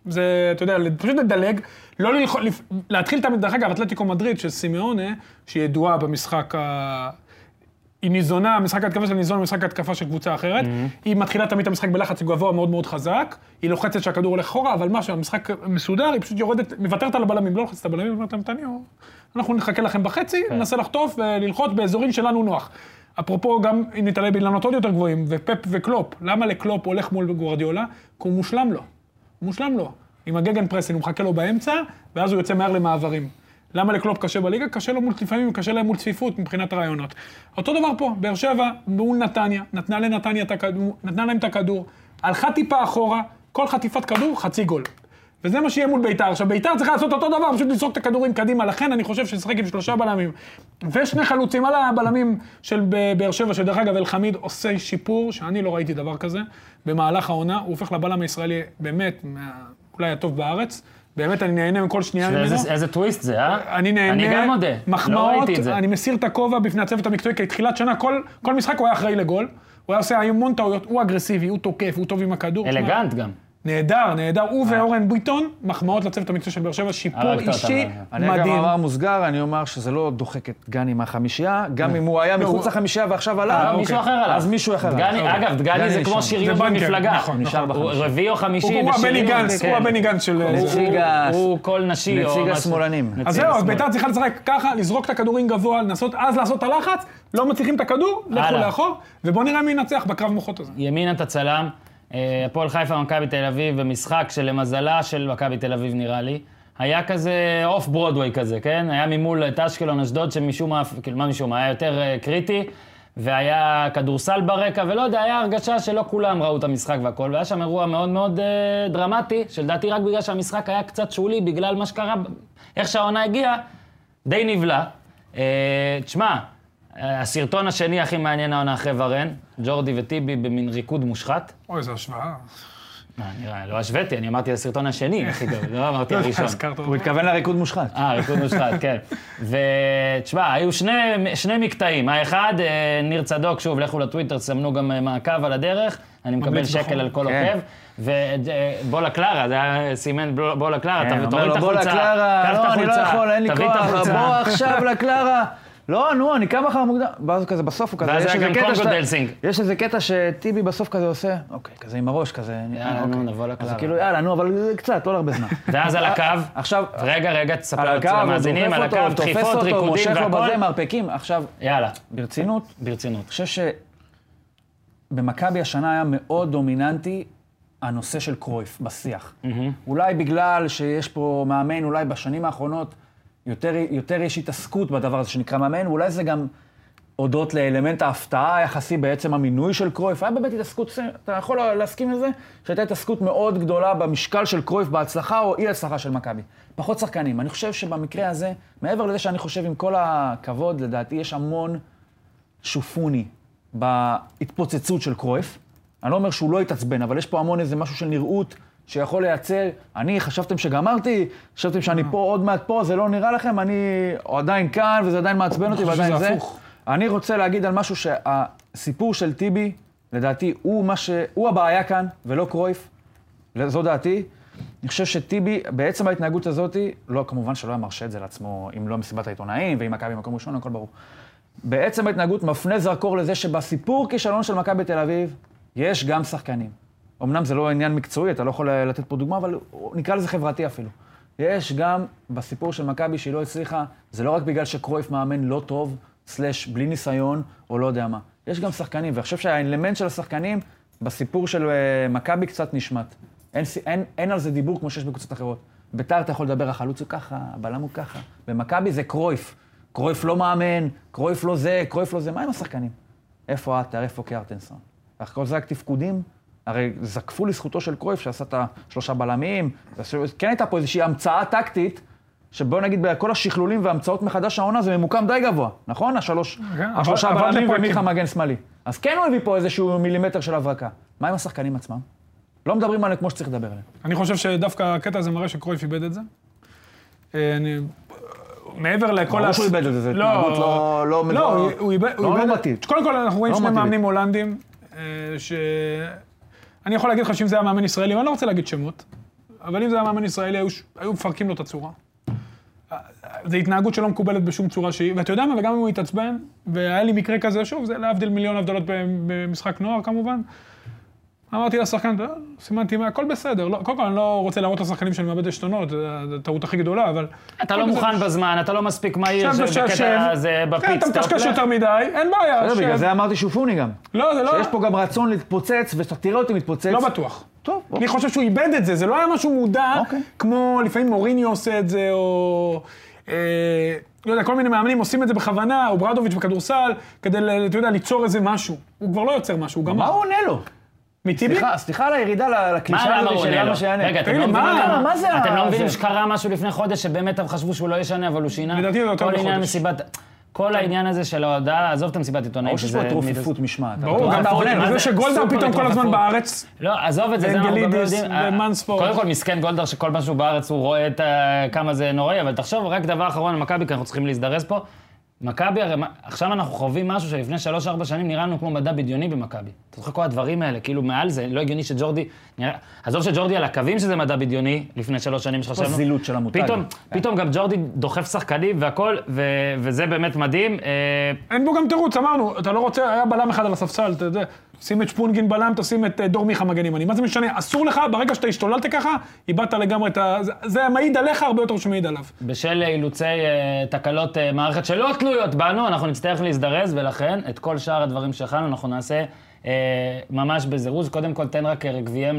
זה, אתה יודע, פשוט לדלג, לא ללכות, להתחיל תמיד, דרך אגב, אתלטיקו מדריד של סימאונה, שהיא ידועה במשחק ה... היא ניזונה, משחק ההתקפה של ניזונה, משחק ההתקפה של קבוצה אחרת. Mm-hmm. היא מתחילה תמיד את המשחק בלחץ גבוה מאוד מאוד חזק, היא לוחצת שהכדור הולך אחורה, אבל משהו, המשחק מסודר, היא פשוט יורדת, מוותרת על הבלמים, לא לוחצת את הבלמים, אומרת להם, תניעו, אנחנו נחכה לכם בחצי, okay. ננסה לחטוף וללחוץ באזורים שלנו נוח. אפרופו, גם אם נתעלה באילנות עוד יותר גבוהים, ופפ וקלופ, למה לקלופ הולך מול גוארדיולה? כי הוא מושלם לו. הוא מושלם לו. עם הגגן פרסינג, הוא מחכה לו באמצע, ואז הוא יוצא מהר למעברים. למה לקלופ קשה בליגה? קשה לו מול, לפעמים קשה להם מול צפיפות מבחינת הרעיונות. אותו דבר פה, באר שבע, מול נתניה, נתנה לנתניה את הכדור, נתנה להם את הכדור, הלכה טיפה אחורה, כל חטיפת כדור, חצי גול. וזה מה שיהיה מול ביתר. עכשיו, ביתר צריכה לעשות אותו דבר, פשוט לזרוק את הכדורים קדימה, לכן אני חושב ששחק עם שלושה בלמים. ושני חלוצים על הבלמים של באר שבע, שדרך אגב, אלחמיד עושה שיפור, שאני לא ראיתי דבר כזה, במהלך העונה, הוא הופך לבלם הישראלי באמת, אולי הטוב בארץ. באמת אני נהנה מכל שנייה ממנו. איזה טוויסט זה, אה? אני נהנה, אני גם מודה, לא ראיתי את זה. אני מסיר את הכובע בפני הצוות המקצועי, כי תחילת שנה, כל, כל משחק הוא היה אחראי לגול, הוא היה עושה המון טעויות, הוא אגרסיבי, הוא תוקף, הוא טוב עם הכדור. אלגנט גם. נהדר, נהדר. הוא ואורן ביטון, מחמאות לצוות המקצועי של באר שבע, שיפור אישי מדהים. אני גם אמר מוסגר, אני אומר שזה לא דוחק את דגני מהחמישייה, גם אם הוא היה מחוץ לחמישייה ועכשיו עלה, מישהו אחר עלה. אז מישהו אחר עלה. אגב, דגני זה כמו שריון במפלגה. נשאר בחמישייה. רביעי או חמישי הוא הבני גנץ, הוא הבני גנץ של... הוא קול נשי. נציג השמאלנים. אז זהו, אז ביתר צריכה לשחק ככה, לזרוק את הכדורים גבוה, אז לעשות את הלחץ, לא מצליחים את הכדור, לכו לאחור, ובוא נראה מי ינצח בקרב מוחות הזה. ימין אתה צלם. הפועל חיפה, מכבי תל אביב, במשחק שלמזלה של מכבי תל אביב נראה לי, היה כזה אוף ברודווי כזה, כן? היה ממול את אשקלון, אשדוד, שמשום מה, כאילו מה משום מה, היה יותר קריטי, והיה כדורסל ברקע, ולא יודע, היה הרגשה שלא כולם ראו את המשחק והכל, והיה שם אירוע מאוד מאוד uh, דרמטי, שלדעתי רק בגלל שהמשחק היה קצת שולי, בגלל מה שקרה, איך שהעונה הגיעה, די נבלה. Uh, תשמע, הסרטון השני הכי מעניין העונה אחרי ורן, ג'ורדי וטיבי במין ריקוד מושחת. אוי, זו השוואה. מה, נראה, לא השוויתי, אני אמרתי הסרטון השני, הכי גדול, לא אמרתי הראשון. הוא התכוון לריקוד מושחת. אה, ריקוד מושחת, כן. ותשמע, היו שני מקטעים. האחד, ניר צדוק, שוב, לכו לטוויטר, סמנו גם מעקב על הדרך, אני מקבל שקל על כל עוקב. ובולה קלרה, זה היה סימן בולה קלרה, תוריד את החולצה. בולה קלרה, לא, אני לא יכול, אין לי כוח, בוא עכשיו לקלרה. לא, נו, אני קם אחר מוקדם, ואז כזה בסוף הוא כזה, ואז היה גם קונגו דלסינג. יש איזה קטע שטיבי בסוף כזה עושה, אוקיי, כזה עם הראש, כזה, יאללה, נו, נבוא לקלרה. אז כאילו, יאללה, נו, אבל קצת, לא להרבה זמן. ואז על הקו, עכשיו, רגע, רגע, תספר את המאזינים, על הקו, דחיפות, ריקודים והכל. מרפקים, עכשיו, יאללה. ברצינות? ברצינות. אני חושב שבמכבי השנה היה מאוד דומיננטי הנושא של קרויף בשיח. אולי בגלל שיש פה מאמן, אולי בשנים האחרונות, יותר, יותר יש התעסקות בדבר הזה שנקרא מאמן, ואולי זה גם הודות לאלמנט ההפתעה היחסי בעצם המינוי של קרויף. היה באמת התעסקות, אתה יכול להסכים לזה? שהייתה התעסקות מאוד גדולה במשקל של קרויף בהצלחה או אי הצלחה של מכבי. פחות שחקנים. אני חושב שבמקרה הזה, מעבר לזה שאני חושב עם כל הכבוד, לדעתי יש המון שופוני בהתפוצצות של קרויף. אני לא אומר שהוא לא יתעצבן, אבל יש פה המון איזה משהו של נראות, שיכול לייצר, אני, חשבתם שגמרתי, חשבתם שאני פה, עוד מעט פה, זה לא נראה לכם, אני עדיין כאן, וזה עדיין מעצבן אותי, ועדיין זה. אני רוצה להגיד על משהו שהסיפור של טיבי, לדעתי, הוא מה ש... הוא הבעיה כאן, ולא קרויף, זו דעתי. אני חושב שטיבי, בעצם ההתנהגות הזאת, לא, כמובן שלא היה מרשה את זה לעצמו, אם לא מסיבת העיתונאים, ואם מכבי במקום ראשון, הכל ברור. בעצם ההתנהגות מפנה זרקור לזה שבסיפור כישלון של מכבי בתל אביב, יש גם שחקנים. אמנם זה לא עניין מקצועי, אתה לא יכול לתת פה דוגמה, אבל נקרא לזה חברתי אפילו. יש גם בסיפור של מכבי שהיא לא הצליחה, זה לא רק בגלל שקרויף מאמן לא טוב, סלש בלי ניסיון, או לא יודע מה. יש גם שחקנים, ואני חושב שהאלמנט של השחקנים בסיפור של מכבי קצת נשמט. אין, אין, אין על זה דיבור כמו שיש בקבוצות אחרות. בית"ר אתה יכול לדבר, החלוץ הוא ככה, הבלם הוא ככה. במכבי זה קרויף. קרויף לא מאמן, קרויף לא זה, קרויף לא זה. מה עם השחקנים? איפה עטר, איפה קיארטנסון? כל זה רק תפקודים. הרי זקפו לזכותו של קרויף שעשה את השלושה בלמים, כן הייתה פה איזושהי המצאה טקטית, שבואו נגיד בכל השכלולים וההמצאות מחדש העונה זה ממוקם די גבוה, נכון? השלוש, השלושה בלמים ומיכה מגן שמאלי. אז כן הוא הביא פה איזשהו מילימטר של הברקה. מה עם השחקנים עצמם? לא מדברים עליהם כמו שצריך לדבר עליהם. אני חושב שדווקא הקטע הזה מראה שקרויף איבד את זה. אני... מעבר לכל... ברור שהוא איבד את זה, זה התנהגות לא... לא, הוא איבד... לא נורמטיבית. קודם כל אנחנו רואים שני מאמנים הולנדים, ש... אני יכול להגיד לך שאם זה היה מאמן ישראלי, אני לא רוצה להגיד שמות, אבל אם זה היה מאמן ישראלי, היו, היו מפרקים לו את הצורה. זו התנהגות שלא מקובלת בשום צורה שהיא, ואתה יודע מה, וגם אם הוא התעצבן, והיה לי מקרה כזה, שוב, זה להבדיל מיליון הבדלות במשחק נוער כמובן, אמרתי לשחקן, סימנתי מה, הכל בסדר, לא, קודם כל אני לא רוצה להראות לשחקנים שאני מאבד עשתונות, זו הטעות הכי גדולה, אבל... אתה לא מוכן בזמן, אתה לא מספיק מהיר, שבקטע הזה בפיץ, אתה מקשקש יותר מדי, אין בעיה. בגלל זה אמרתי שהוא פוני גם. לא, זה לא... שיש פה גם רצון להתפוצץ, ותראה אותי מתפוצץ. לא בטוח. טוב. אני חושב שהוא איבד את זה, זה לא היה משהו מודע, כמו לפעמים מוריניו עושה את זה, או... לא יודע, כל מיני מאמנים עושים את זה בכוונה, או ברדוביץ' בכדורסל, כדי, אתה יודע, ליצור איזה משהו. הוא כבר לא יוצר משהו, הוא גם... מה הוא עונה לו? מטיבי? סליחה על הירידה לקלישה הזאת של למה שיענה. רגע, אתם לא מבינים אתם לא מבינים שקרה משהו לפני חודש שבאמת הם חשבו שהוא לא ישנה, אבל הוא שינה. לדעתי זה יותר בחודש. כל העניין הזה של ההודעה, עזוב את המסיבת עיתונאים. או שיש פה תרופיפות משמעת. ברור, גם זה שגולדהר פתאום כל הזמן בארץ. לא, עזוב את זה, זה אנחנו גם לא יודעים. ומנספורט. קודם כל מסכן גולדהר שכל משהו בארץ הוא רואה כמה זה נוראי, אבל תחשוב רק דבר אחרון על מכבי, כי אנחנו צריכים להזדרז פה. מכבי, עכשיו אנחנו חווים משהו שלפני שלוש ארבע שנים נראה לנו כמו מדע בדיוני במכבי. אתה זוכר כל הדברים האלה, כאילו מעל זה, לא הגיוני שג'ורדי, עזוב שג'ורדי על הקווים שזה מדע בדיוני, לפני שלוש שנים שחשבנו. זילות של המותג. פתאום, פתאום גם ג'ורדי דוחף שחקנים והכל, וזה באמת מדהים. אין בו גם תירוץ, אמרנו, אתה לא רוצה, היה בלם אחד על הספסל, אתה יודע, שים את שפונגין בלם, תשים את דור מיכה מגן ימני. מה זה משנה? אסור לך, ברגע שאתה השתוללת ככה, איבדת לגמרי את ה... זה מעיד עליך הרבה יותר שמעיד עליו. בשל אילוצי תקלות מערכת שלא תלויות בנו, אנחנו נצטרך להזדרז, ולכן את כל שאר הדברים שהכנו אנחנו נעשה ממש בזירוז. קודם כל תן רק רגביהם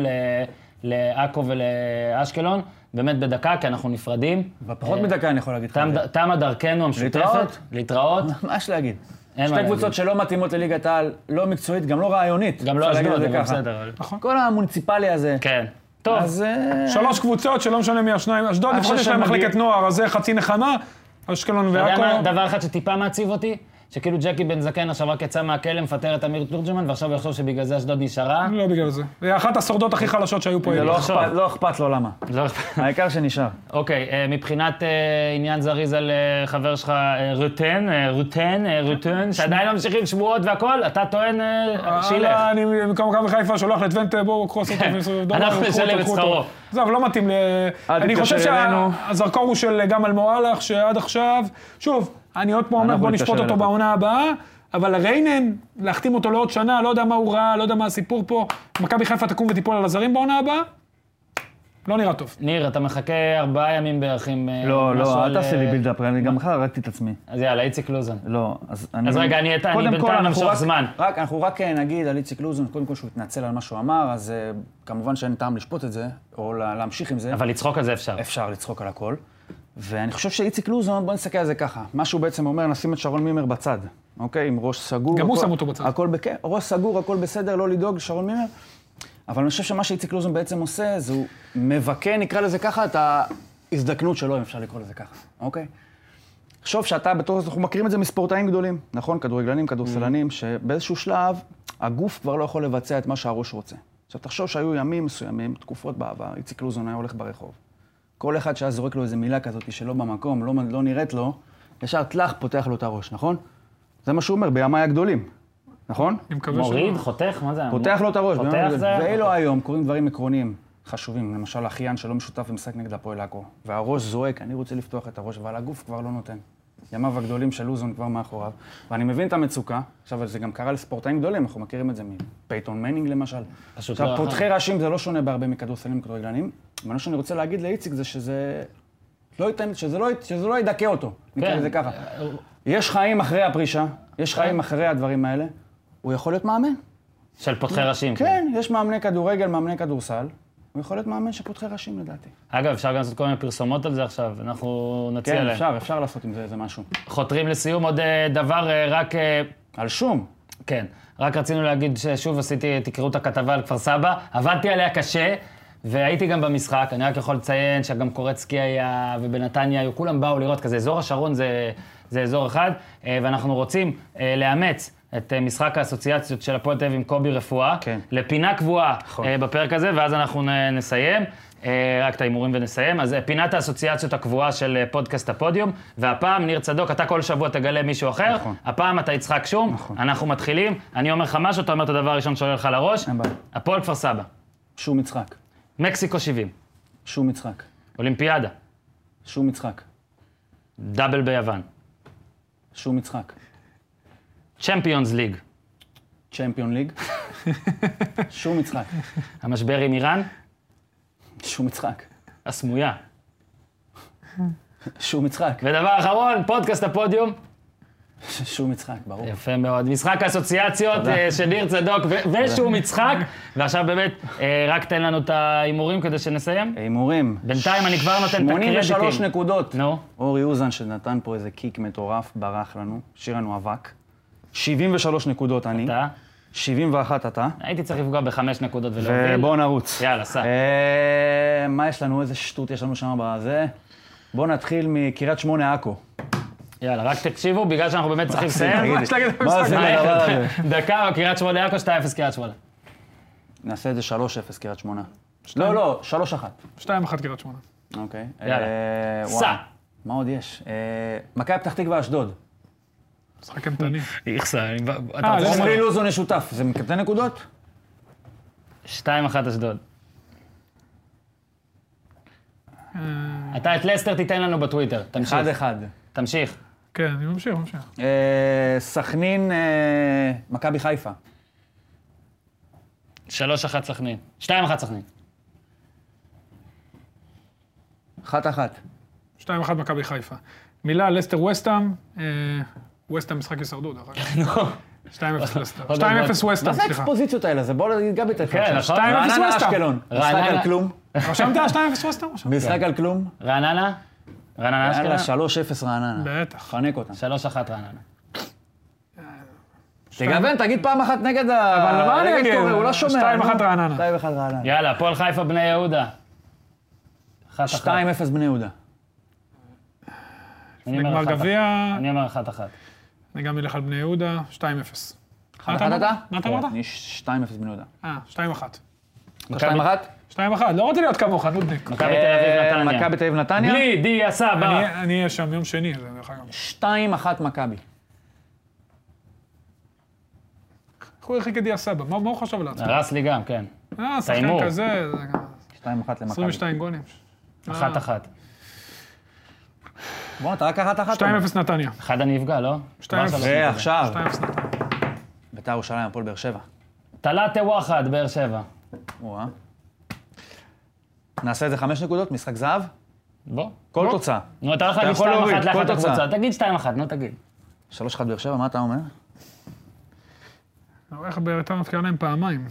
לעכו ולאשקלון, באמת בדקה, כי אנחנו נפרדים. בפחות מדקה אני יכול להגיד לך. תמה דרכנו המשותפת. להתראות. מה יש להגיד? שתי קבוצות שלא מתאימות לליגת העל, לא מקצועית, גם לא רעיונית. גם לא אשדוד, זה בסדר. כל המוניציפלי הזה. כן. טוב. שלוש קבוצות שלא משנה מי השניים. אשדוד, לפחות יש להם מחלקת נוער, אז זה חצי נחמה, אשקלון ועכו. דבר אחד שטיפה מעציב אותי, שכאילו ג'קי בן זקן עכשיו רק יצא מהכלא, מפטר את אמיר תורג'מן, ועכשיו הוא יחשוב שבגלל זה אשדוד נשארה. לא בגלל זה. זה אחת השורדות הכי חלשות שהיו פה. לא אכפת לו למה. העיקר שנשאר. אוקיי, מבחינת עניין זריז על חבר שלך רוטן, רוטן, רוטן, שעדיין ממשיכים שמועות והכל, אתה טוען שילך. אני במקום מכבי חיפה שולח לטוונטה, בואו קחו עשרות אלפים. אנחנו נשלם את שכרו. זהו, לא מתאים ל... אני חושב שהזרקור הוא של גמל מועלך, שעד עכשיו, שוב, אני עוד פה אומר, בוא נשפוט אותו בעונה הבאה, אבל ריינן, להחתים אותו לעוד שנה, לא יודע מה הוא ראה, לא יודע מה הסיפור פה, מכבי חיפה תקום ותיפול על הזרים בעונה הבאה, לא נראה טוב. ניר, אתה מחכה ארבעה ימים בערך עם... לא, לא, אל תעשה לי בילדאפ, אני גם אחר הרגתי את עצמי. אז יאללה, איציק לוזון. לא, אז אני... אז רגע, אני בינתיים נמשוך זמן. אנחנו רק נגיד על איציק לוזון, קודם כל שהוא התנצל על מה שהוא אמר, אז כמובן שאין טעם לשפוט את זה, או להמשיך עם זה. אבל לצחוק על זה אפשר. אפשר לצחוק על הכל. ואני חושב שאיציק לוזון, בוא נסתכל על זה ככה. מה שהוא בעצם אומר, נשים את שרון מימר בצד, אוקיי? עם ראש סגור. גם הוא שם אותו בצד. הכל בכיף, ראש סגור, הכל בסדר, לא לדאוג, שרון מימר. אבל אני חושב שמה שאיציק לוזון בעצם עושה, זה הוא מבקר, נקרא לזה ככה, את ההזדקנות שלו, אם אפשר לקרוא לזה ככה, אוקיי? חשוב שאתה בתור, אנחנו מכירים את זה מספורטאים גדולים, נכון? כדורגלנים, כדורסלנים, שבאיזשהו שלב, הגוף כבר לא יכול לבצע את מה שהראש רוצה. עכשיו, תחשוב שהיו ימים מסוימים, תקופות בעבר, איציק לוזון היה הולך ברחוב. כל אחד שהיה זורק לו איזו מילה כזאת שלא במקום, לא, לא נראית לו, ישר תלך, פותח לו את הראש, נכון? זה מה שהוא אומר, בימיי הגדולים, נכון? מוריד, חותך, מה זה? פותח לו את הראש. פותח זה? ואילו היום קוראים דברים עקרוניים חשובים, למשל אחיין שלא משותף ומשחק נגד הפועל עכו, והראש זועק, אני רוצה לפתוח את הראש, אבל הגוף כבר לא נותן. ימיו הגדולים של לוזון כבר מאחוריו, ואני מבין את המצוקה, עכשיו זה גם קרה לספורטאים גדולים, אנחנו מכירים את זה מפייטון מנינג למשל. עכשיו, פותחי ראשים זה לא שונה בהרבה מכדורסלים וכדורגלנים, ומה שאני רוצה להגיד לאיציק זה שזה לא ייתן, שזה לא, שזה לא ידכא אותו, נקרא לזה ככה. יש חיים אחרי הפרישה, יש חיים אחרי הדברים האלה, הוא יכול להיות מאמן. של פותחי ראשים. כן, יש מאמני כדורגל, מאמני כדורסל. הוא יכול להיות מאמן שפותחי ראשים לדעתי. אגב, אפשר גם לעשות כל מיני פרסומות על זה עכשיו, אנחנו נציע להם. כן, אפשר, אפשר לעשות עם זה איזה משהו. חותרים לסיום עוד דבר רק... על שום. כן, רק רצינו להגיד ששוב עשיתי, תקראו את הכתבה על כפר סבא, עבדתי עליה קשה, והייתי גם במשחק, אני רק יכול לציין שגם קורצקי היה ובנתניה היו, כולם באו לראות כזה, אזור השרון זה, זה אזור אחד, ואנחנו רוצים לאמץ את משחק האסוציאציות של הפועל תל אביב עם קובי רפואה, כן. לפינה קבועה נכון. בפרק הזה, ואז אנחנו נסיים, רק את האימורים ונסיים. אז פינת האסוציאציות הקבועה של פודקאסט הפודיום, והפעם, ניר צדוק, אתה כל שבוע תגלה מישהו אחר, נכון. הפעם אתה יצחק שום, נכון. אנחנו מתחילים, אני אומר לך משהו, אתה אומר את הדבר הראשון שעולה לך לראש, הפועל כפר סבא. שום יצחק. מקסיקו שבעים. שום משחק. אולימפיאדה. שום משחק. דאבל ביוון. שום משחק. צ'מפיונס ליג. צ'מפיון ליג. שום משחק. המשבר עם איראן. שום משחק. הסמויה. שום משחק. ודבר אחרון, פודקאסט הפודיום. שום משחק, ברור. יפה מאוד. משחק אסוציאציות של ניר צדוק ושום משחק. ועכשיו באמת, רק תן לנו את ההימורים כדי שנסיים. הימורים. בינתיים אני כבר נותן את הקרדיטים. שמונים ושלוש נקודות. נו. אורי אוזן שנתן פה איזה קיק מטורף, ברח לנו, שיר לנו אבק. שבעים ושלוש נקודות אני. אתה? שבעים ואחת אתה. הייתי צריך לפגוע בחמש נקודות ולהוביל. ובואו נרוץ. יאללה, סע. מה יש לנו? איזה שטות יש לנו שם בזה? בואו נתחיל מקריית שמונה עכו. יאללה, רק תקשיבו, בגלל שאנחנו באמת צריכים לסיים. מה זה הדבר הזה? דקה, קריית שמונה עכו, שתיים אפס קריית שמונה. נעשה את זה שלוש אפס קריית שמונה. לא, לא, שלוש אחת. שתיים אחת קריית שמונה. אוקיי. יאללה. אה, סע. וואו. מה עוד יש? אה, מכבי פתח תקווה אשדוד. משחק אימתני. איכסה, אתה אה, רוצה... לא. עמרי לוזון משותף, זה מקטן נקודות? שתיים אחת אשדוד. אתה את לסטר תיתן לנו בטוויטר, תמשיך. אחד אחד. תמשיך. כן, אני ממשיך, ממשיך. אה, סכנין, אה, מכבי חיפה. שלוש אחת סכנין. שתיים אחת סכנין. אחת אחת. שתיים אחת מכבי חיפה. מילה, לסטר וסטאם. ווסטאם משחק הישרדות, דרך אגב. שתיים אפס לסטר. שתיים אפס מה ווסטאם, זה סליחה. האקספוזיציות האלה? זה בואו נגיד גם יותר. כן, נכון. שתיים אפס רעננה ווסטהאם. אשקלון. משחק רעננה. על כלום. רשמת שתיים אפס ווסטאם? משחק על כלום. רעננה? רעננה יאללה, אשקלון? שלוש אפס רעננה. בטח. חנק אותם. שלוש אחת רעננה. תגוון, תגיד פעם אחת נגד ה... אבל מה אני נגד אגיד? קורי, הוא לא שומע. שתיים אחת נו. רעננה. שתיים אחת רעננה. יאללה, הפועל חיפה בני יהודה. אחת אחת. שתיים אפס בני יהודה. אני אומר נגמר אחת אחת. גביע, אני אומר אחת אחת. אני גם אלך על בני יהודה, שתיים אפס. אחת אחת אתה? מה אתה אמרת? אני שתיים אפס בני יהודה. אה, שתיים אחת. שתיים אחת? שתיים אחת, לא רוצה להיות כמוך, נודניק. מכבי תל אביב נתניה. מכבי תל אביב נתניה? בלי דיה סבא. אני- אני אהיה שם יום שני, זה דרך אגב. שתיים אחת מכבי. איך הוא הרחיק את דיה סבא? מה מה הוא חשב לעצמו? הרס לי גם, כן. אה, שחקן ההימור. כזה, זה גם- שתיים אחת למכבי. עשרים ושתיים גולים. אחת אחת. בוא, אתה רק אחת אחת. שתיים אפס נתניה. אחד אני אפגע, לא? שתיים אפס. כבר שלוש נקודות. ועכשיו, שתיים אפס נתניה. בית"ר ירושלים, הפועל באר שבע. תלאטה וואחד, באר שבע. וואה. נעשה את זה חמש נקודות, משחק זהב? בוא. כל תוצאה. נו, אתה הולך אתה להגיד יכול שתיים להוריד, אחת כל לאחת תוצאה. הקבוצה. תגיד שתיים אחת, נו תגיד. שלוש אחת באר שבע, מה אתה אומר? אבל איך בית"ר מבקיעה להם פעמיים.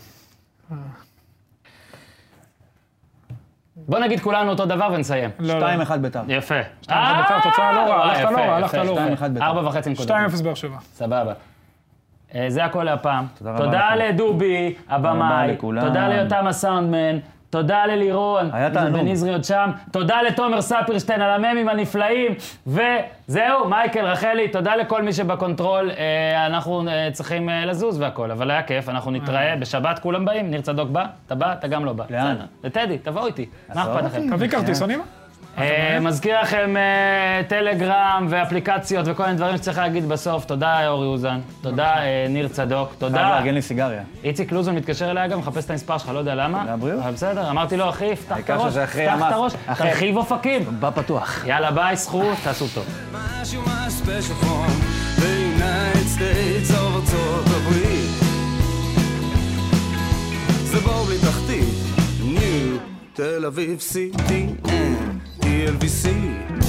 בוא נגיד כולנו אותו דבר ונסיים. לא, לא. שתיים אחת בית"ר. יפה. שתיים אחת בית"ר, תוצאה לא רעה, וואי, הלכת לא יפה, רע, יפה. הלכת לא רע. שתיים אחת בית"ר. ארבע וחצי נקודות. שתיים אפס באר שבע. סבבה. אה, זה הכל להפעם. תודה רבה תודה לכם. לדובי, רבה הבמאי. לכולם. תודה ליותם הסאונדמן. תודה ללירון. היה תענוג. בן עזרי עוד שם. תודה לתומר ספירשטיין על הממים הנפלאים. וזהו, מייקל, רחלי, תודה לכל מי שבקונטרול. אה, אנחנו אה, צריכים אה, לזוז והכל, אבל היה כיף. אנחנו נתראה בשבת, כולם באים. ניר צדוק בא? אתה בא? אתה גם לא בא. לאן? בסדר. לטדי, תבואו איתי. מה עזוב אכפת לכם? אותי. תביא כרטיס, אני בא. אה, מזכיר לכם אה, טלגרם ואפליקציות וכל מיני דברים שצריך להגיד בסוף. תודה אורי אוזן, תודה אה, ניר צדוק, חייב תודה. לארגן לי סיגריה. איציק לוזון מתקשר אליי גם, מחפש את המספר שלך, לא יודע למה. לבריאות. אבל בסדר, אמרתי לו, אחי, פתח את העיקר הראש, שזה אחרי פתח את המס. הראש, אחרי. תרחיב אופקים. בא פתוח. יאללה ביי, סחו, תעשו טוב. משהו מה special from the United States of ארצות הברית. זה בור בלי תחתית, ניו תל אביב סי טי אן, טי אל וי סי